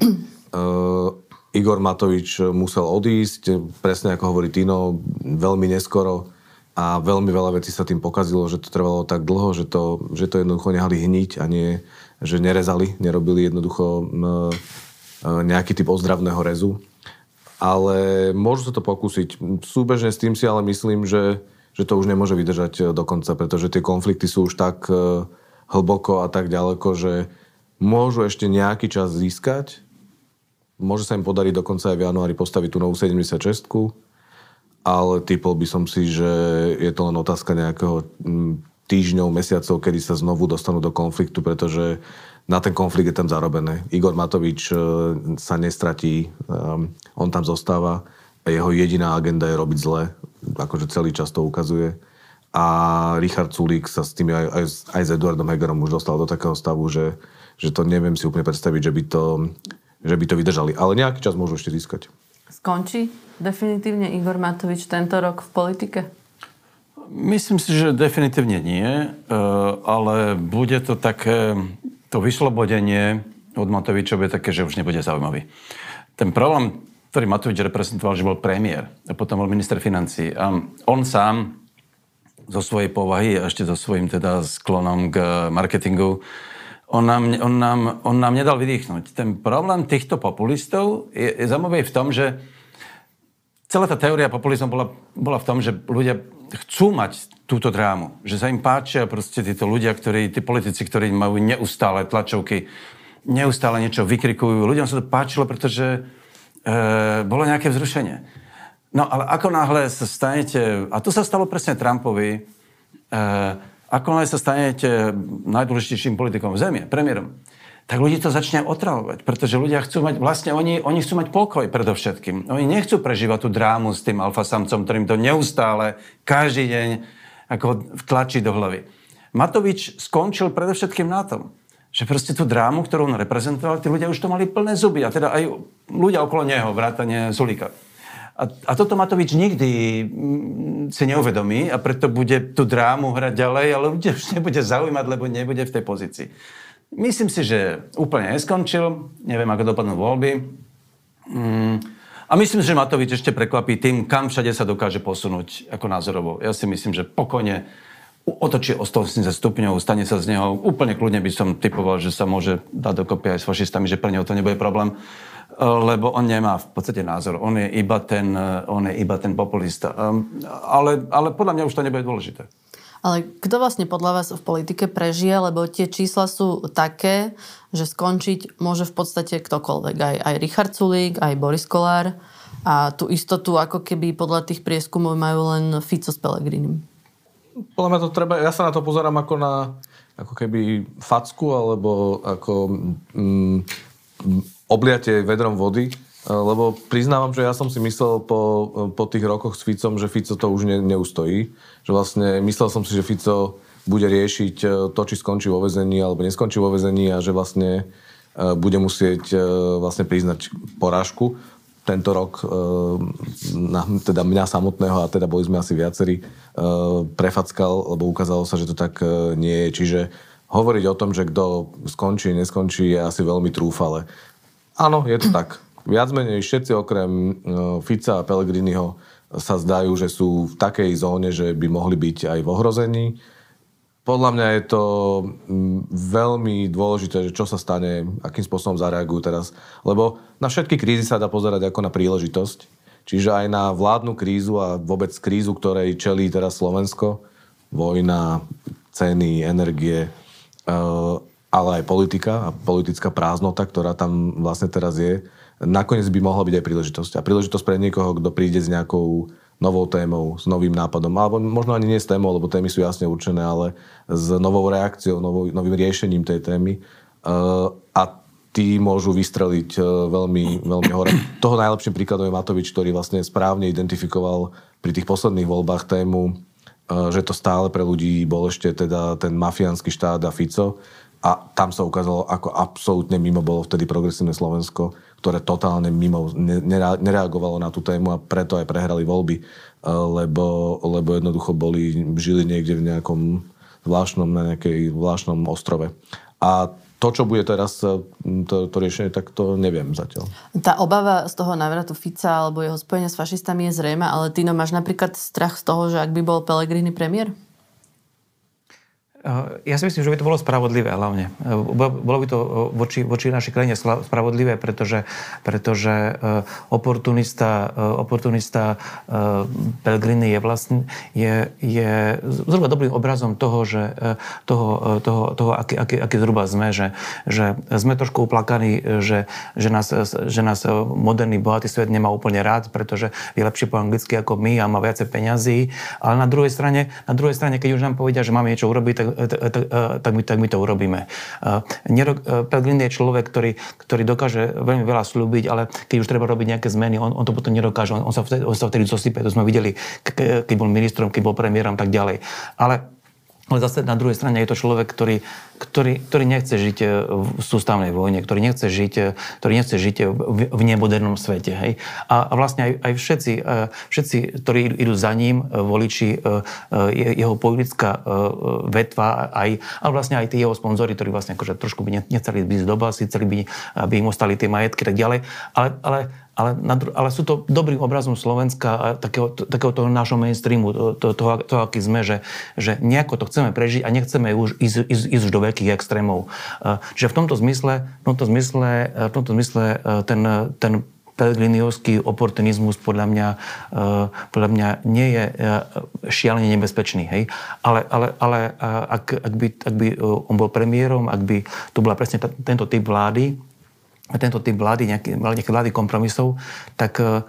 Igor Matovič musel odísť, presne ako hovorí Tino, veľmi neskoro a veľmi veľa vecí sa tým pokazilo, že to trvalo tak dlho, že to, že to jednoducho nehali hniť a nie, že nerezali, nerobili jednoducho nejaký typ ozdravného rezu. Ale môžu sa to pokúsiť. Súbežne s tým si ale myslím, že, že to už nemôže vydržať do konca, pretože tie konflikty sú už tak hlboko a tak ďaleko, že môžu ešte nejaký čas získať. Môže sa im podariť dokonca aj v januári postaviť tú novú sedemdesiatšestku, ale typol by som si, že je to len otázka nejakého týždňov, mesiacov, kedy sa znovu dostanú do konfliktu, pretože na ten konflikt je tam zarobené. Igor Matovič sa nestratí, on tam zostáva a jeho jediná agenda je robiť zle, akože celý čas to ukazuje. A Richard Sulík sa s tým aj, aj, aj s Eduardom Hegerom už dostal do takého stavu, že, že to neviem si úplne predstaviť, že by to, že by to vydržali. Ale nejaký čas môžu ešte získať. Skončí definitívne Igor Matovič tento rok v politike? Myslím si, že definitívne nie, ale bude to také, to vyslobodenie od Matoviča bude také, že už nebude zaujímavý. Ten problém, ktorý Matovič reprezentoval, že bol premiér a potom bol minister financií a on sám zo svojej povahy a ešte so svojím teda sklonom k marketingu, on nám, on nám, on nám nedal vydýchnuť. Ten problém týchto populistov je, je zaujímavý v tom, že celá tá teória populizmu bola, bola v tom, že ľudia chcú mať túto drámu. Že sa im páčia proste títo ľudia, ktorí, tí politici, ktorí majú neustále tlačovky, neustále niečo vykrikujú. Ľuďom sa to páčilo, pretože e, bolo nejaké vzrušenie. No ale ako náhle sa stanete, a to sa stalo presne Trumpovi, e, ako náhle sa stanete najdôležitejším politikom v zemi, premiérom, tak ľudí to začne otravovať, pretože ľudia chcú mať, vlastne oni, oni chcú mať pokoj predovšetkým. Oni nechcú prežívať tú drámu s tým alfasamcom, ktorým to neustále, každý deň ako tlačí do hlavy. Matovič skončil predovšetkým na tom, že proste tú drámu, ktorú on reprezentoval, tí ľudia už to mali plné zuby a teda aj ľudia okolo neho, vrátane Sulíka. A, a toto Matovič nikdy si neuvedomí a preto bude tú drámu hrať ďalej, ale ľudia už nebude zaujímať, lebo nebude v tej pozícii. Myslím si, že úplne neskončil. Neviem, ako dopadnú voľby. Mm. A myslím si, že Matovič ešte prekvapí tým, kam všade sa dokáže posunúť ako názorovo. Ja si myslím, že pokojne otočí o stoosemdesiat stupňov, stane sa z neho. Úplne kľudne by som typoval, že sa môže dať dokopy aj s fašistami, že pre neho to nebude problém. Lebo on nemá v podstate názor. On je iba ten, on je iba ten populista. Ale, ale podľa mňa už to nebude dôležité. Ale kto vlastne podľa vás v politike prežije, lebo tie čísla sú také, že skončiť môže v podstate ktokoľvek. Aj, aj Richard Sulík, aj Boris Kollár. A tú istotu, ako keby podľa tých prieskumov majú len Fico s Pellegrinim. Podľa mňa to treba, ja sa na to pozerám ako na ako keby facku, alebo ako mm, obliatie vedrom vody. Lebo priznávam, že ja som si myslel po, po tých rokoch s Ficom, že Fico to už ne, neustojí. Že vlastne myslel som si, že Fico bude riešiť to, či skončí vo väzení alebo neskončí vo väzení a že vlastne bude musieť vlastne priznať porážku. Tento rok, na, teda mňa samotného, a teda boli sme asi viacerí, prefackal, lebo ukázalo sa, že to tak nie je. Čiže hovoriť o tom, že kto skončí, neskončí, je asi veľmi trúfale. Áno, je to tak. Viac menej všetci okrem Fica a Pellegriniho sa zdajú, že sú v takej zóne, že by mohli byť aj v ohrození. Podľa mňa je to veľmi dôležité, že čo sa stane, akým spôsobom zareagujú teraz. Lebo na všetky krízy sa dá pozerať ako na príležitosť. Čiže aj na vládnu krízu a vôbec krízu, ktorej čelí teraz Slovensko, vojna, ceny, energie, ale aj politika a politická prázdnota, ktorá tam vlastne teraz je, nakoniec by mohla byť aj príležitosť. A príležitosť pre niekoho, kto príde s nejakou novou témou, s novým nápadom, alebo možno ani nie s témou, lebo témy sú jasne určené, ale s novou reakciou, novou, novým riešením tej témy. Uh, a tí môžu vystreliť uh, veľmi, veľmi hore. Toho najlepším príkladom je Matovič, ktorý vlastne správne identifikoval pri tých posledných voľbách tému, uh, že to stále pre ľudí bol ešte teda ten mafiánsky štát a Fico. A tam sa ukázalo, ako absolútne mimo bolo vtedy progresívne Slovensko, ktoré totálne mimo nereagovalo na tú tému a preto aj prehrali voľby, lebo, lebo jednoducho boli, žili niekde v nejakom zvláštnom, na nejakej zvláštnom ostrove. A to, čo bude teraz to, to riešenie, tak to neviem zatiaľ. Tá obava z toho návratu Fica alebo jeho spojenia s fašistami je zrejma, ale ty no máš napríklad strach z toho, že ak by bol Pellegrini premiér? Ja si myslím, že by to bolo spravodlivé hlavne. Bolo by to voči, voči našej krajine spravodlivé, pretože, pretože oportunista, oportunista Pellegrini je vlastne je, je zhruba dobrým obrazom toho, že toho, toho, toho aký, aký, aký zhruba sme, že, že sme trošku uplakaní, že, že, nás, že nás moderný, bohatý svet nemá úplne rád, pretože je lepšie po anglicky ako my a má viacej peňazí. Ale na druhej strane, na druhej strane, keď už nám povedia, že máme niečo urobiť, tak tak my, tak my to urobíme. Pellegrini je človek, ktorý, ktorý dokáže veľmi veľa slúbiť, ale keď už treba robiť nejaké zmeny, on, on to potom nedokáže. On, on, sa vtedy, on sa vtedy zosype. To sme videli, keď bol ministrom, keď bol premiérom, tak ďalej. Ale Ale zase na druhej strane je to človek, ktorý, ktorý, ktorý nechce žiť v sústavnej vojne, ktorý nechce žiť, ktorý nechce žiť v, v nemodernom svete. Hej? A, a vlastne aj, aj všetci, všetci, ktorí idú za ním, voliči, jeho politická vetva, aj, a vlastne aj tí jeho sponzori, ktorí vlastne akože trošku by nechceli byť z dobasy, chceli by, aby im ostali tie majetky, tak ďalej. Ale, ale Ale, na, ale sú to dobrým obrazom Slovenska a takého, takého toho nášho mainstreamu, to, to, toho, toho, aký sme, že, že nejako to chceme prežiť a nechceme už ísť, ísť, ísť už do veľkých extrémov. Že v tomto zmysle, v tomto zmysle, v tomto zmysle ten, ten Pellegriniovský oportunizmus podľa mňa, podľa mňa nie je šialene nebezpečný. Hej? Ale, ale, ale ak, ak, by, ak by on bol premiérom, ak by tu bola presne t- tento typ vlády, tento typ vlády, nejaké, nejaké vlády kompromisov, tak uh,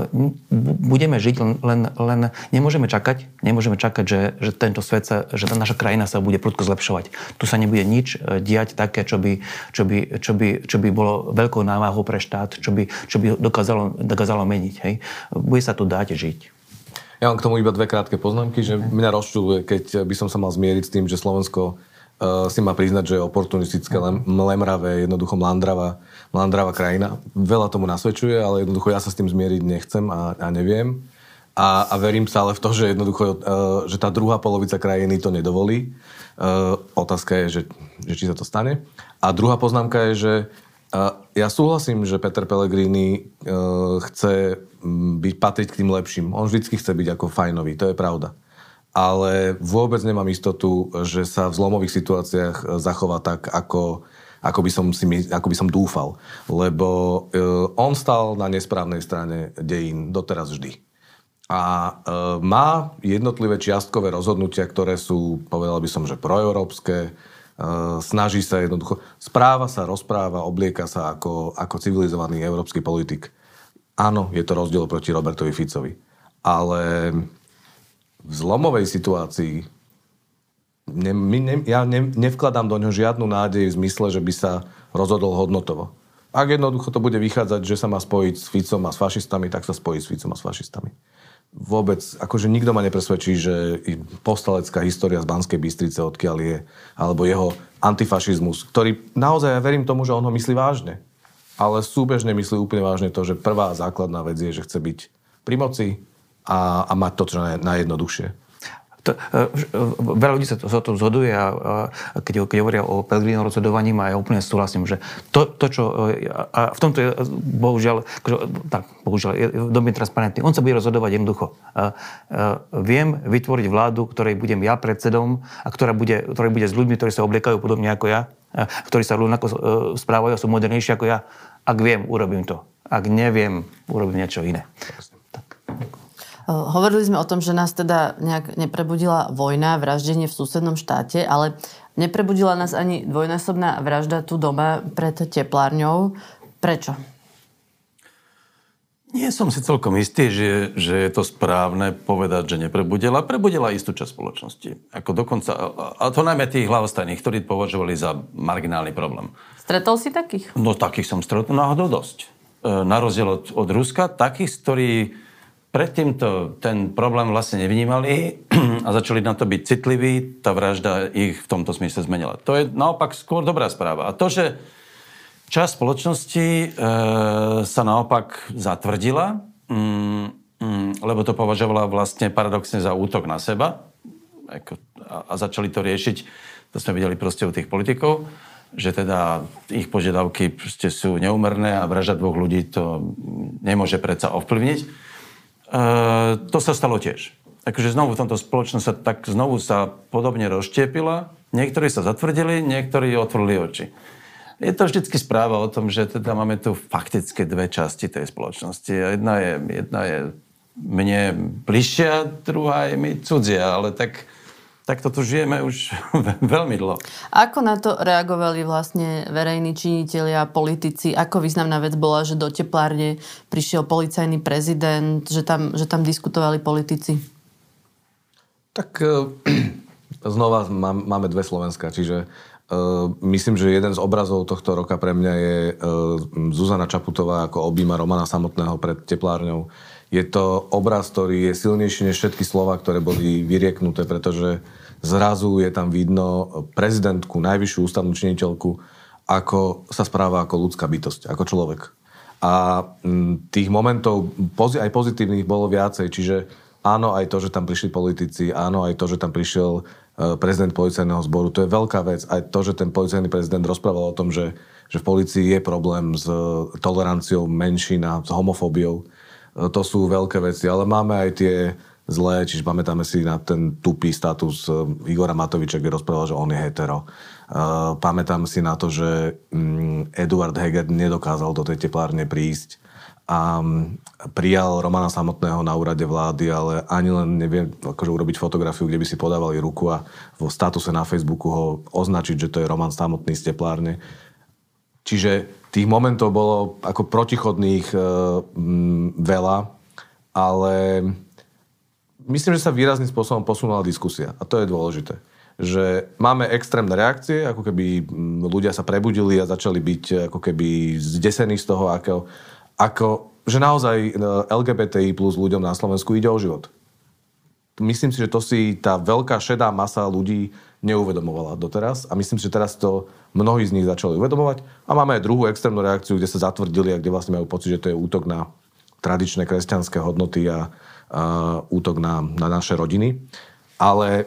budeme žiť len, len, len nemôžeme čakať, nemôžeme čakať, že, že tento svet sa, že tá naša krajina sa bude prudko zlepšovať. Tu sa nebude nič diať také, čo by, čo by, čo by, čo by bolo veľkou námahou pre štát, čo by, čo by dokázalo, dokázalo meniť. Hej. Bude sa tu dať žiť. Ja mám k tomu iba dve krátke poznámky, že mňa rozčuľuje, keď by som sa mal zmieriť s tým, že Slovensko uh, si má priznať, že je oportunistické, lemravé, jednoducho mlandrava, mlandrava krajina. Veľa tomu nasvedčuje, ale jednoducho ja sa s tým zmieriť nechcem a, a neviem. A, a verím stále v to, že jednoducho, uh, že tá druhá polovica krajiny to nedovolí. Uh, otázka je, že, že či sa to stane. A druhá poznámka je, že uh, ja súhlasím, že Peter Pellegrini uh, chce byť, patriť k tým lepším. On vždycky chce byť ako fajnový, to je pravda. Ale vôbec nemám istotu, že sa v zlomových situáciách zachová tak, ako Ako by, som si, ako by som dúfal. Lebo uh, on stal na nesprávnej strane dejín doteraz vždy. A uh, má jednotlivé čiastkové rozhodnutia, ktoré sú, povedal by som, že proeurópske. Uh, snaží sa jednoducho, správa sa, rozpráva, oblieka sa ako, ako civilizovaný európsky politik. Áno, je to rozdiel proti Robertovi Ficovi. Ale v zlomovej situácii Ne, ne, ja ne, nevkladám do ňoho žiadnu nádej v zmysle, že by sa rozhodol hodnotovo. Ak jednoducho to bude vychádzať, že sa má spojiť s Ficom a s fašistami, tak sa spojí s Ficom a s fašistami. Vôbec, akože nikto ma nepresvedčí, že povstalecká história z Banskej Bystrice, odkiaľ je, alebo jeho antifašizmus, ktorý naozaj, ja verím tomu, že on ho myslí vážne. Ale súbežne myslí úplne vážne to, že prvá základná vec je, že chce byť pri moci a, a mať to čo najjednoduchšie. To, veľa ľudí sa to, sa to zhoduje a, a keď, keď hovoria o Pellegrinovom rozhodovaní, a ja úplne súhlasím, že to, to čo... A v tomto je, bohužiaľ, tak, bohužiaľ, je veľmi transparentný. On sa bude rozhodovať jednoducho. A, a, viem vytvoriť vládu, ktorej budem ja predsedom a ktorá bude, ktorá bude s ľuďmi, ktorí sa obliekajú podobne ako ja, a, ktorí sa rovnako správajú a sú modernejší ako ja. Ak viem, urobím to. Ak neviem, urobím niečo iné. Tak. Hovorili sme o tom, že nás teda nejak neprebudila vojna, vraždenie v susednom štáte, ale neprebudila nás ani dvojnásobná vražda tu doma pred teplárňou. Prečo? Nie som si celkom istý, že, že je to správne povedať, že neprebudila. Prebudila istú časť spoločnosti. Ako dokonca, a to najmä tých hlavostajných, ktorí považovali za marginálny problém. Stretol si takých? No takých som stretol náhodou dosť. Na rozdiel od, od Ruska, takých, ktorí predtým to, ten problém vlastne nevnímali a začali na to byť citliví, tá vražda ich v tomto smysle zmenila. To je naopak skôr dobrá správa. A to, že časť spoločnosti e, sa naopak zatvrdila, mm, mm, lebo to považovala vlastne paradoxne za útok na seba a, a začali to riešiť, to sme videli proste u tých politikov, že teda ich požiadavky proste sú neúmerné a vražda dvoch ľudí to nemôže predsa ovplyvniť. Uh, to sa stalo tiež. Takže znovu v tomto spoločnosť sa tak znovu sa podobne rozštiepila. Niektorí sa zatvrdili, niektorí otvorili oči. Je to vždycky správa o tom, že teda máme tu fakticky dve časti tej spoločnosti. Jedna je, jedna je mne bližšia, druhá je mi cudzia, ale tak tak toto žijeme už veľmi dlho. Ako na to reagovali vlastne verejní činitelia, politici? Ako významná vec bola, že do teplárne prišiel policajný prezident, že tam, že tam diskutovali politici? Tak znova máme dve Slovenska, čiže uh, myslím, že jeden z obrazov tohto roka pre mňa je uh, Zuzana Čaputová, ako objíma Romana Samotného pred teplárňou. Je to obraz, ktorý je silnejší než všetky slova, ktoré boli vyrieknuté, pretože zrazu je tam vidno prezidentku, najvyššiu ústavnú činiteľku, ako sa správa ako ľudská bytosť, ako človek. A tých momentov aj pozitívnych bolo viacej, čiže áno aj to, že tam prišli politici, áno aj to, že tam prišiel prezident policajného zboru, to je veľká vec. Aj to, že ten policajný prezident rozprával o tom, že, že v polícii je problém s toleranciou menšín a s homofóbiou, to sú veľké veci. Ale máme aj tie zlé, čiže pamätáme si na ten tupý status Igora Matoviča, kde rozprával, že on je hetero. Uh, pamätám si na to, že um, Eduard Heger nedokázal do tej teplárne prísť a um, prijal Romana Samotného na úrade vlády, ale ani len nevie akože urobiť fotografiu, kde by si podávali ruku a vo statuse na Facebooku ho označiť, že to je Roman Samotný z teplárne. Čiže tých momentov bolo ako protichodných uh, um, veľa, ale myslím, že sa výrazným spôsobom posunula diskusia a to je dôležité. Že máme extrémne reakcie, ako keby ľudia sa prebudili a začali byť ako keby zdesení z toho, ako, ako že naozaj el gé bé té í plus ľuďom na Slovensku ide o život. Myslím si, že to si tá veľká šedá masa ľudí neuvedomovala doteraz a myslím si, že teraz to mnohí z nich začali uvedomovať a máme aj druhú extrémnu reakciu, kde sa zatvrdili a kde vlastne majú pocit, že to je útok na tradičné kresťanské hodnoty a, a útok na, na naše rodiny. Ale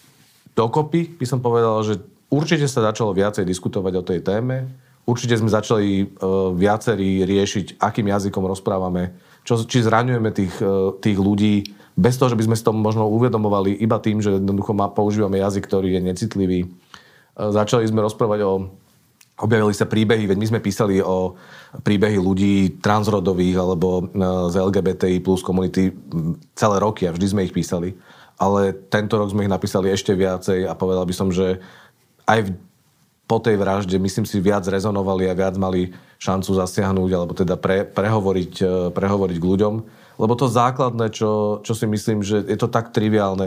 dokopy by som povedal, že určite sa začalo viacej diskutovať o tej téme. Určite sme začali uh, viacerí riešiť, akým jazykom rozprávame, čo, či zraňujeme tých, uh, tých ľudí bez toho, že by sme si to možno uvedomovali iba tým, že jednoducho používame jazyk, ktorý je necitlivý. Uh, začali sme rozprávať o... Objavili sa príbehy, veď my sme písali o príbehy ľudí transrodových alebo z el gé bé té í plus komunity celé roky a vždy sme ich písali. Ale tento rok sme ich napísali ešte viacej a povedal by som, že aj po tej vražde, myslím si, viac rezonovali a viac mali šancu zasiahnuť alebo teda pre, prehovoriť, prehovoriť k ľuďom. Lebo to základné, čo, čo si myslím, že je to tak triviálne.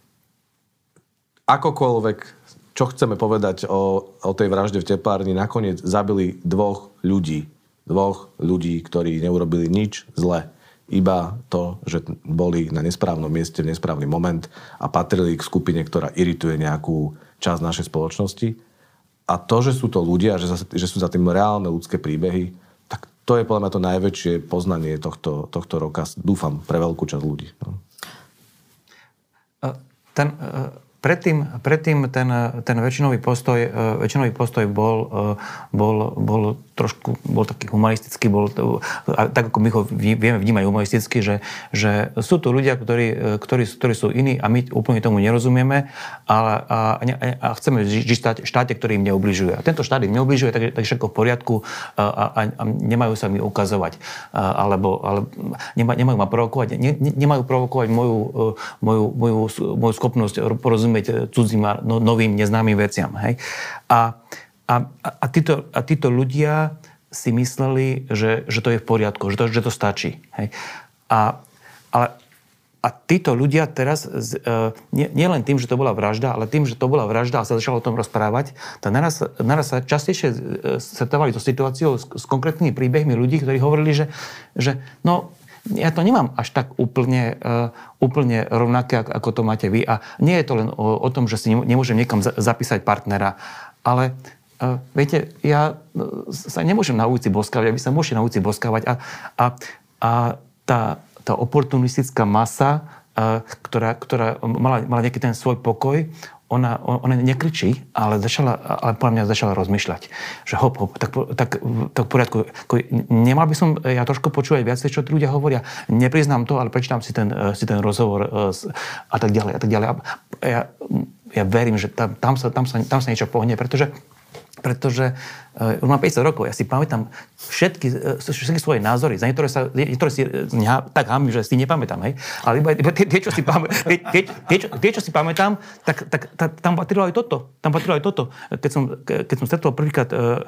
Akokoľvek čo chceme povedať o, o tej vražde v teplárni, nakoniec zabili dvoch ľudí. Dvoch ľudí, ktorí neurobili nič zle. Iba to, že boli na nesprávnom mieste v nesprávny moment a patrili k skupine, ktorá irituje nejakú časť našej spoločnosti. A to, že sú to ľudia, že, za, že sú za tým reálne ľudské príbehy, tak to je podľa mňa to najväčšie poznanie tohto, tohto roka. Dúfam, pre veľkú časť ľudí. No. Ten... Uh... Predtým, predtým ten, ten väčšinový postoj, väčšinový postoj bol, bol, bol trošku bol taký humanistický, bol, tak ako my ho vieme vnímať humanisticky, že, že sú tu ľudia, ktorí, ktorí, ktorí sú iní a my úplne tomu nerozumieme a, a, a chceme žiť v štáte, ktorý im neubližuje. A tento štát im neubližuje, takže tak všetko v poriadku a, a, a nemajú sa mi ukazovať. Alebo, ale nemajú ma provokovať, ne, nemajú provokovať moju, moju, moju, moju schopnosť porozumieť cudzím a no, novým, neznámym veciam. Hej? A, a, a, títo, a títo ľudia si mysleli, že, že to je v poriadku, že to, že to stačí. Hej? A, ale, a títo ľudia teraz, nie, nie len tým, že to bola vražda, ale tým, že to bola vražda a sa začalo o tom rozprávať, tak naraz, naraz sa častejšie stretávali so situáciou s, s konkrétnymi príbehmi ľudí, ktorí hovorili, že, že no, ja to nemám až tak úplne, uh, úplne rovnaké, ako to máte vy. A nie je to len o, o tom, že si nemôžem niekam za, zapísať partnera. Ale uh, viete, ja sa nemôžem na ulici boskávať, a vy sa môžete na ulici boskávať. A, a, a tá, tá oportunistická masa, uh, ktorá, ktorá mala, mala nejaký ten svoj pokoj, Ona, ona nekričí, ale začala, ale podľa mňa začala rozmýšľať, že hop, hop, tak, tak, tak v poriadku. Nemal by som ja trošku počúvať viacej, čo tí ľudia hovoria. Nepriznám to, ale prečítam si ten, si ten rozhovor a tak ďalej, a tak ďalej. Ja, ja verím, že tam, tam, sa, tam, sa, tam sa niečo pohne, pretože pretože uh, už mám päťdesiat rokov, ja si pamätám všetky, uh, všetky svoje názory, za niektoré, sa, niektoré si ja, tak hámim, že si nepamätám, hej, ale iba, iba tie, tie, čo si pamätám, tie, tie, tie, čo, tie, čo si pamätám, tak, tak, tak tam patrilo aj toto, tam patrilo aj toto. Keď som, keď som stretol prvýkrát uh,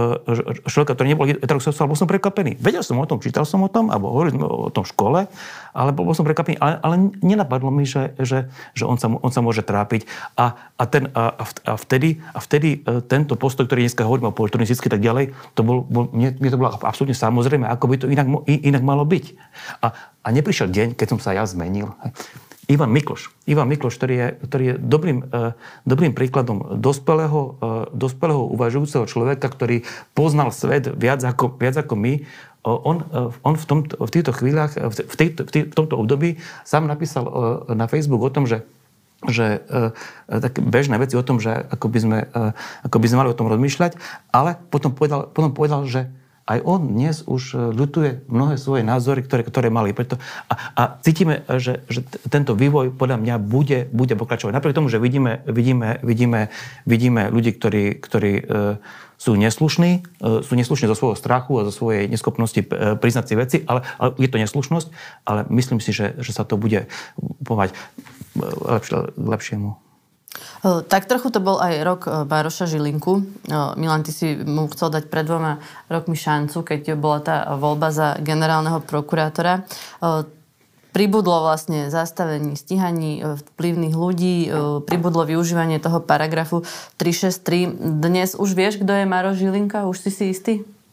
uh, človeka, ktorý nebol heterosexuál, bol som prekvapený. Vedel som o tom, čítal som o tom, alebo hovorili sme o tom v škole, ale bol, bol som prekvapený, ale, ale nenapadlo mi, že, že, že on, sa, on sa môže trápiť a, a, ten, a, a vtedy, a vtedy uh, tento postoj, ktorý dneska hovoríme o oportunisticky tak ďalej, to bol, bol, mne, mne to bolo absolútne samozrejme, ako by to inak, inak malo byť. A, a neprišiel deň, keď som sa ja zmenil. Ivan Mikloš. Ivan Mikloš, ktorý je, ktorý je dobrým, dobrým príkladom dospelého, dospelého uvažujúceho človeka, ktorý poznal svet viac ako, viac ako my. On, on v, tomto, v týchto chvíľach, v, tejto, v tomto období sám napísal na Facebook o tom, že že e, také bežné veci o tom, že ako by, sme, e, ako by sme mali o tom rozmýšľať, ale potom povedal, potom povedal, že aj on dnes už ľutuje mnohé svoje názory, ktoré, ktoré mali. Preto, a, a cítime, že, že tento vývoj podľa mňa bude, bude pokračovať. Napriek tomu, že vidíme, vidíme, vidíme, vidíme ľudí, ktorí, ktorí e, sú neslušní, e, sú neslušní zo svojho strachu a zo svojej neschopnosti e, priznať si veci, ale, ale je to neslušnosť, ale myslím si, že, že sa to bude povať lepšie, k lepšiemu. Tak trochu to bol aj rok Maroša Žilinku. Milan, ty si mu chcel dať pred dvoma rokmi šancu, keď bola tá voľba za generálneho prokurátora. Pribudlo vlastne zastavení stíhaní vplyvných ľudí, pribudlo využívanie toho paragrafu tri šesť tri. Dnes už vieš, kto je Maroš Žilinka? Už si si istý?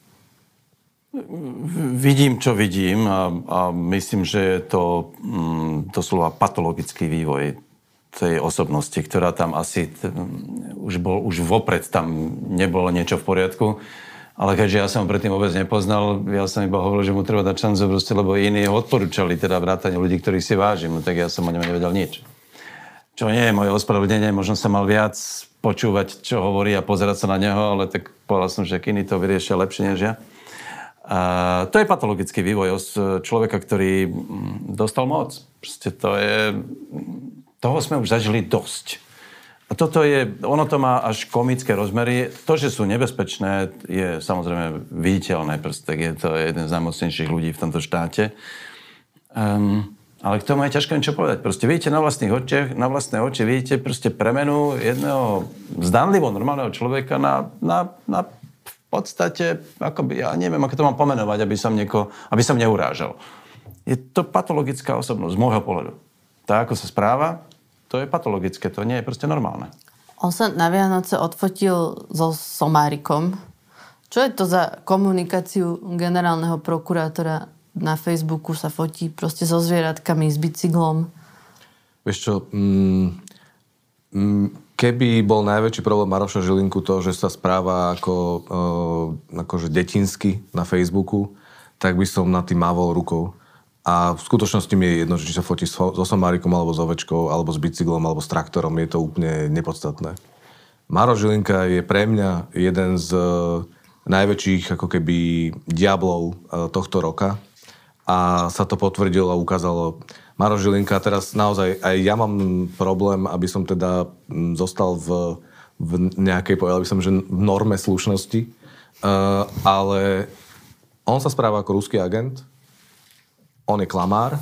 Vidím, čo vidím a, a myslím, že je to mm, doslova patologický vývoj tej osobnosti, ktorá tam asi t- už bol, už vopred tam nebolo niečo v poriadku. Ale keďže ja som ho predtým vôbec nepoznal, ja som iba hovoril, že mu treba dať šancu proste, lebo iní ho odporúčali, teda vrátane ľudí, ktorých si vážim, no tak ja som o ňom nevedel nič. Čo nie je moje ospravedlnenie, možno som mal viac počúvať, čo hovorí a pozerať sa na neho, ale tak povedal som, že iní to vyriešia lepšie než ja. A to je patologický vývoj človeka, ktorý dostal moc. Proste to je... Toho sme už zažili dosť. A toto je, ono to má až komické rozmery. To, že sú nebezpečné, je samozrejme viditeľné. Proste je to jeden z najmocnejších ľudí v tomto štáte. Um, ale k tomu je ťažko niečo povedať. Proste vidíte na vlastných očiach, na vlastné oči vidíte proste premenu jedného zdanlivo normálneho človeka na, na, na v podstate, akoby, ja neviem, ako to mám pomenovať, aby som, nieko, aby som neurážal. Je to patologická osobnosť z môjho pohľadu. Tak, ako sa správa, to je patologické, to nie je proste normálne. On sa na Vianoce odfotil so somárikom. Čo je to za komunikáciu generálneho prokurátora? Na Facebooku sa fotí proste so zvieratkami, s bicyklom. Vieš čo, mm, mm, keby bol najväčší problém Maroša Žilinku to, že sa správa ako, uh, akože detinsky na Facebooku, tak by som nad tým mávol rukou. A v skutočnosti mi je jedno, či sa fotí so somárikom, alebo s ovečkou, alebo s bicyklom, alebo s traktorom. Je to úplne nepodstatné. Maroš Žilinka je pre mňa jeden z najväčších ako keby diablov tohto roka. A sa to potvrdilo a ukázalo. Maroš Žilinka, teraz naozaj aj ja mám problém, aby som teda zostal v, v nejakej, povedal by som, že v norme slušnosti. Uh, ale on sa správa ako ruský agent. On je klamár,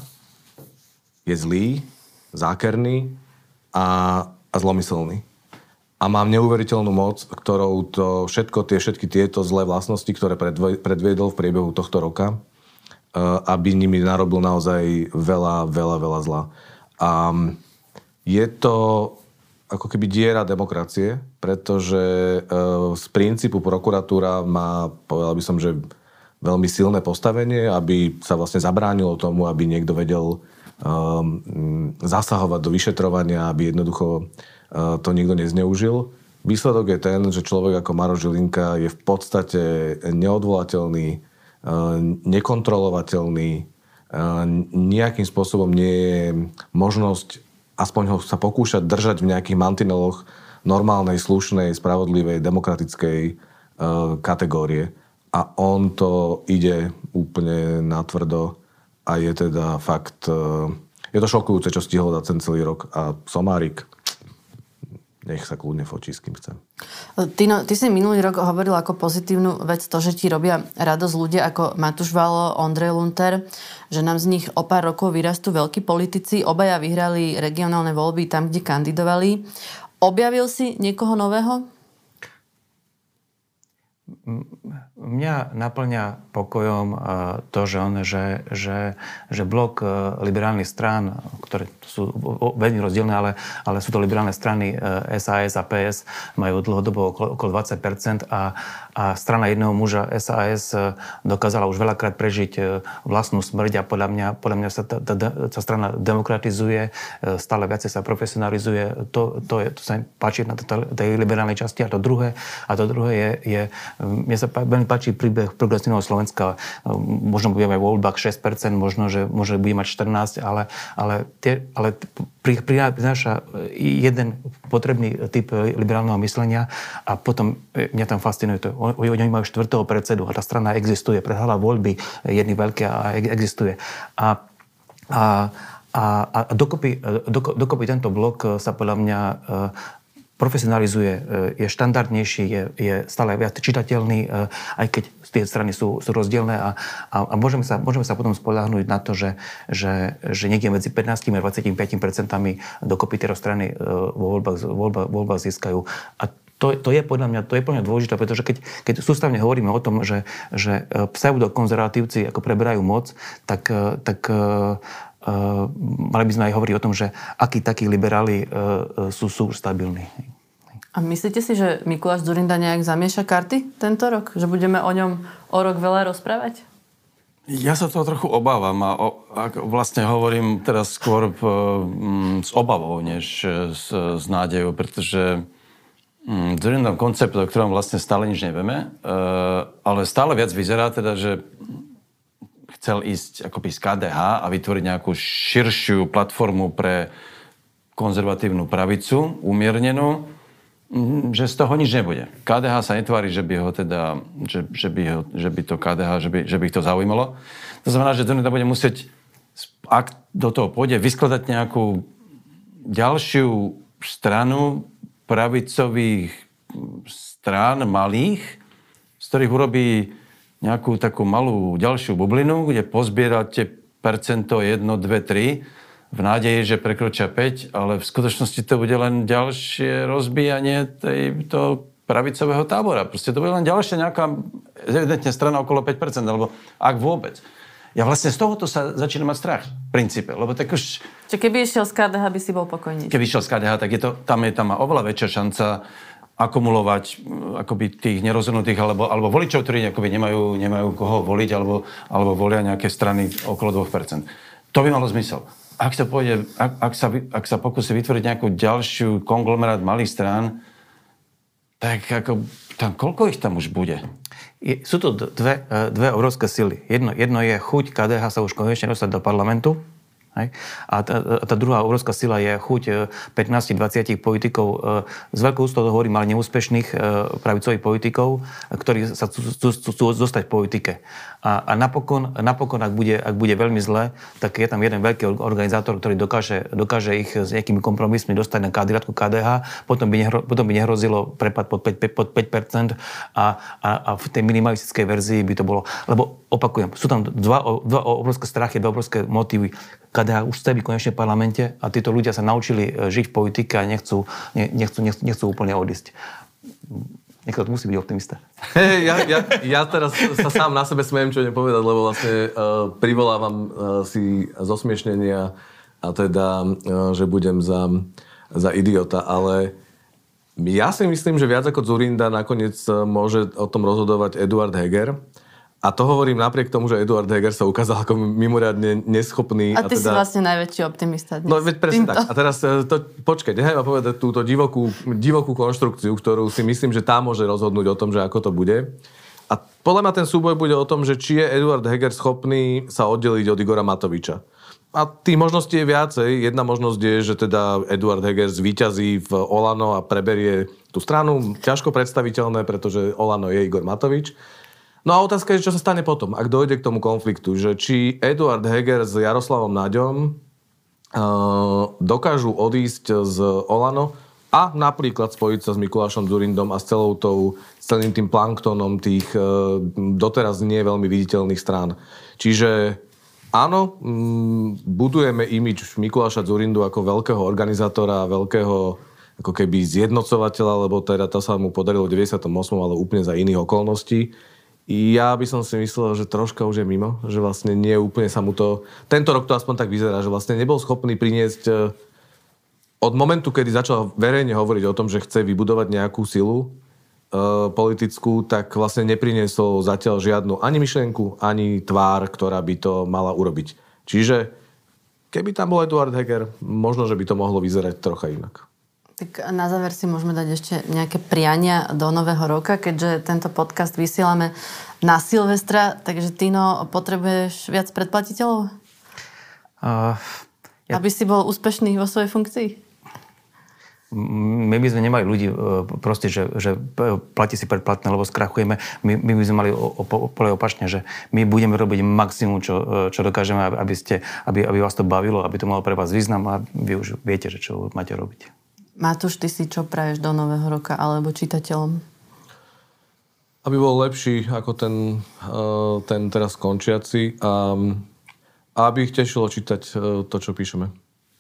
je zlý, zákerný a, a zlomyselný. A mám neuveriteľnú moc, ktorou to všetko, tie, všetky tieto zlé vlastnosti, ktoré predviedol v priebehu tohto roka, aby nimi narobil naozaj veľa, veľa, veľa zla. A je to ako keby diera demokracie, pretože z princípu prokuratúra má, povedal by som, že veľmi silné postavenie, aby sa vlastne zabránilo tomu, aby niekto vedel um, zasahovať do vyšetrovania, aby jednoducho uh, to nikto nezneužil. Výsledok je ten, že človek ako Maroš Žilinka je v podstate neodvolateľný, uh, nekontrolovateľný, uh, nejakým spôsobom nie je možnosť aspoň ho sa pokúšať držať v nejakých mantineloch normálnej, slušnej, spravodlivej, demokratickej uh, kategórie. A on to ide úplne natvrdo a je teda fakt... Je to šokujúce, čo stihol dať ten celý rok. A somárik, nech sa kľudne fotí, s kým chce. Tino, ty si minulý rok hovoril ako pozitívnu vec to, že ti robia radosť ľudia ako Matúš Valo, Ondrej Lunter, že nám z nich o pár rokov vyrastú veľkí politici. Obaja vyhrali regionálne voľby tam, kde kandidovali. Objavil si niekoho nového? Mňa naplňa pokojom to, že, on, že, že, že blok liberálnych strán, ktoré sú veľmi rozdielne, ale, ale sú to liberálne strany es a es a pé es, majú dlhodobo okolo, okolo dvadsať percent a, a strana jedného muža es a es dokázala už veľakrát prežiť vlastnú smrť a podľa mňa, podľa mňa sa tá, tá, tá strana demokratizuje, stále viacej sa profesionalizuje. To, to, je, to sa mi páči na tej liberálnej časti. A to druhé, a to druhé je, je mne sa veľmi páči príbeh progresívneho Slovenska. Možno budeme aj vo voľbách šesť percent, možno, že môže bude mať štrnásť, ale, ale, tie, ale prináša jeden potrebný typ liberálneho myslenia a potom mňa tam fascinuje to. Oni majú štvrtého predsedu a tá strana existuje, prehrala voľby jedny veľké a existuje. A, a, a, a dokopy, dokopy tento blok sa podľa mňa profesionalizuje, je štandardnejší, je, je stále viac čitateľný, aj keď tie strany sú, sú rozdielne a, a, a môžeme, sa, môžeme sa potom spoľahnúť na to, že, že, že niekde medzi pätnásť a dvadsaťpäť percentami dokopy tieto strany vo voľbách, voľbách, voľbách získajú. A to, to je podľa mňa, to je podľa mňa dôležité, pretože keď, keď sústavne hovoríme o tom, že, že pseudokonzervatívci ako preberajú moc, tak, tak Uh, mali by sme aj hovoriť o tom, že akí takí liberáli uh, sú, sú stabilní. A myslíte si, že Mikuláš Dzurinda nejak zamieša karty tento rok? Že budeme o ňom o rok veľa rozprávať? Ja sa toho trochu obávam a o, vlastne hovorím teraz skôr p, m, s obavou, než s, s nádejou, pretože m, Dzurindov koncept, o ktorom vlastne stále nič nevieme, uh, ale stále viac vyzerá teda, že chcel ísť akoby z ká dé há a vytvoriť nejakú širšiu platformu pre konzervatívnu pravicu, umiernenú, že z toho nič nebude. ká dé há sa netvári, že by ho teda, že, že, by, ho, že by to ká dé há, že by, že by ich to zaujímalo. To znamená, že Dzurenda bude musieť, ak do toho pôjde, vyskladať nejakú ďalšiu stranu pravicových strán malých, z ktorých urobí nejakú takú malú ďalšiu bublinu, kde pozbierate percento jedno, dve, tri v nádeji, že prekročia päť, ale v skutočnosti to bude len ďalšie rozbíjanie tejto pravicového tábora. Proste to bude len ďalšia nejaká evidentne strana okolo päť percent, alebo ak vôbec. Ja vlastne z tohoto sa začínam mať strach v princípe, lebo tak už... Čiže keby išiel z ká dé há, by si bol pokojný. Keby išiel z ká dé há, tak je to, tam je tam má oveľa väčšia šanca akumulovať akoby tých nerozhodnutých alebo, alebo voličov, ktorí akoby nemajú, nemajú koho voliť alebo, alebo volia nejaké strany okolo dva percentá. To by malo zmysel. Ak sa, pôjde, ak, ak sa, ak sa pokusí vytvoriť nejakú ďalšiu konglomerát malých strán, tak ako, tam, koľko ich tam už bude? Je, sú to dve, dve obrovské sily. Jedno, jedno je chuť ká dé há sa už konečne dostať do parlamentu. Hej. A tá, tá druhá obrovská sila je chuť pätnásť dvadsať politikov, z veľkou ústou to hovorím, ale neúspešných pravicových politikov, ktorí sa chcú zostať v politike. A, a napokon, napokon ak, bude, ak bude veľmi zle, tak je tam jeden veľký organizátor, ktorý dokáže, dokáže ich s nejakými kompromismi dostať na kandidátku ká dé há, potom by, nehro, potom by nehrozilo prepad pod päť, pod päť percent a, a, a v tej minimalistickej verzii by to bolo. Lebo opakujem, sú tam dva, dva obrovské strachy, dva obrovské motívy. ká dé há už chce byť konečne v parlamente a títo ľudia sa naučili žiť v politike a nechcú, nechcú, nechcú, nechcú úplne odísť. Niekto musí byť optimista. Hey, ja, ja, ja teraz sa sám na sebe smejem, čo nepovedať, lebo vlastne uh, privolávam uh, si zosmiešnenia a teda, uh, že budem za, za idiota, ale ja si myslím, že viac ako Dzurinda nakoniec môže o tom rozhodovať Eduard Heger. A to hovorím napriek tomu, že Eduard Heger sa ukázal ako mimoriadne neschopný. A ty a teda... si vlastne najväčší optimista dnes. No veď presne tak. A teraz to, počkaj, nechaj ma povedať túto divokú, divokú konštrukciu, ktorú si myslím, že tá môže rozhodnúť o tom, že ako to bude. A podľa mňa ten súboj bude o tom, že či je Eduard Heger schopný sa oddeliť od Igora Matoviča. A tých možností je viacej. Jedna možnosť je, že teda Eduard Heger zvíťazí v Olano a preberie tú stranu. Ťažko predstaviteľné, pretože Olano je Igor Matovič. No a otázka je, čo sa stane potom, ak dojde k tomu konfliktu, že či Eduard Heger s Jaroslavom Naďom uh, dokážu odísť z Olano a napríklad spojiť sa s Mikulášom Dzurindom a s celou tou, celým tým planktónom tých uh, doteraz nie veľmi viditeľných strán. Čiže áno, mm, budujeme imidž Mikuláša Dzurindu ako veľkého organizátora, veľkého ako keby zjednocovateľa, lebo teda to sa mu podarilo v deväťdesiatom ôsmom ale úplne za iných okolností. Ja by som si myslel, že troška už je mimo, že vlastne nie úplne sa mu to... Tento rok to aspoň tak vyzerá, že vlastne nebol schopný priniesť od momentu, kedy začal verejne hovoriť o tom, že chce vybudovať nejakú silu e, politickú, tak vlastne nepriniesol zatiaľ žiadnu ani myšlienku, ani tvár, ktorá by to mala urobiť. Čiže keby tam bol Eduard Heger, možno, že by to mohlo vyzerať trocha inak. Tak na záver si môžeme dať ešte nejaké priania do nového roka, keďže tento podcast vysielame na Silvestra, takže Tino, potrebuješ viac predplatiteľov? Uh, ja... Aby si bol úspešný vo svojej funkcii? My by sme nemali ľudí proste, že, že platí si predplatné, lebo skrachujeme. My, my by sme mali úplne opačne, že my budeme robiť maximum, čo, čo dokážeme, aby, ste, aby, aby vás to bavilo, aby to malo pre vás význam a vy už viete, že čo máte robiť. Matúš, ty si čo praješ do nového roka alebo čitateľom? Aby bol lepší ako ten, ten teraz končiaci a aby ich tešilo čítať to, čo píšeme.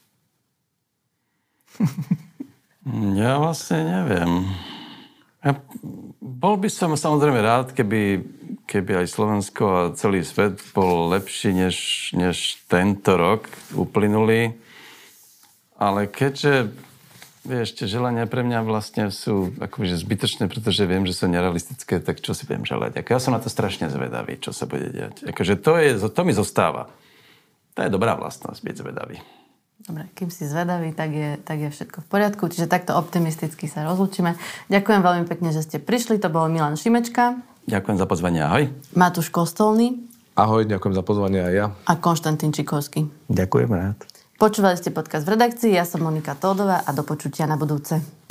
Ja vlastne neviem. Ja bol by som samozrejme rád, keby, keby aj Slovensko a celý svet bol lepší než, než tento rok uplynulý. Ale keďže vieš, tie želania pre mňa vlastne sú akože zbytočné, pretože viem, že sú nerealistické, tak čo si budem želať? Ako ja som na to strašne zvedavý, čo sa bude diať. Akože to, je, to mi zostáva. To je dobrá vlastnosť, byť zvedavý. Dobre, kým si zvedavý, tak je, tak je všetko v poriadku. Čiže takto optimisticky sa rozlúčime. Ďakujem veľmi pekne, že ste prišli. To bol Milan Šimečka. Ďakujem za pozvanie, ahoj. Matúš Kostolný. Ahoj, ďakujem za pozvanie aj ja. A Konštantín Čikovský. Ďakujem rád. Počúvali ste podcast v redakcii, ja som Monika Tódová a do počutia na budúce.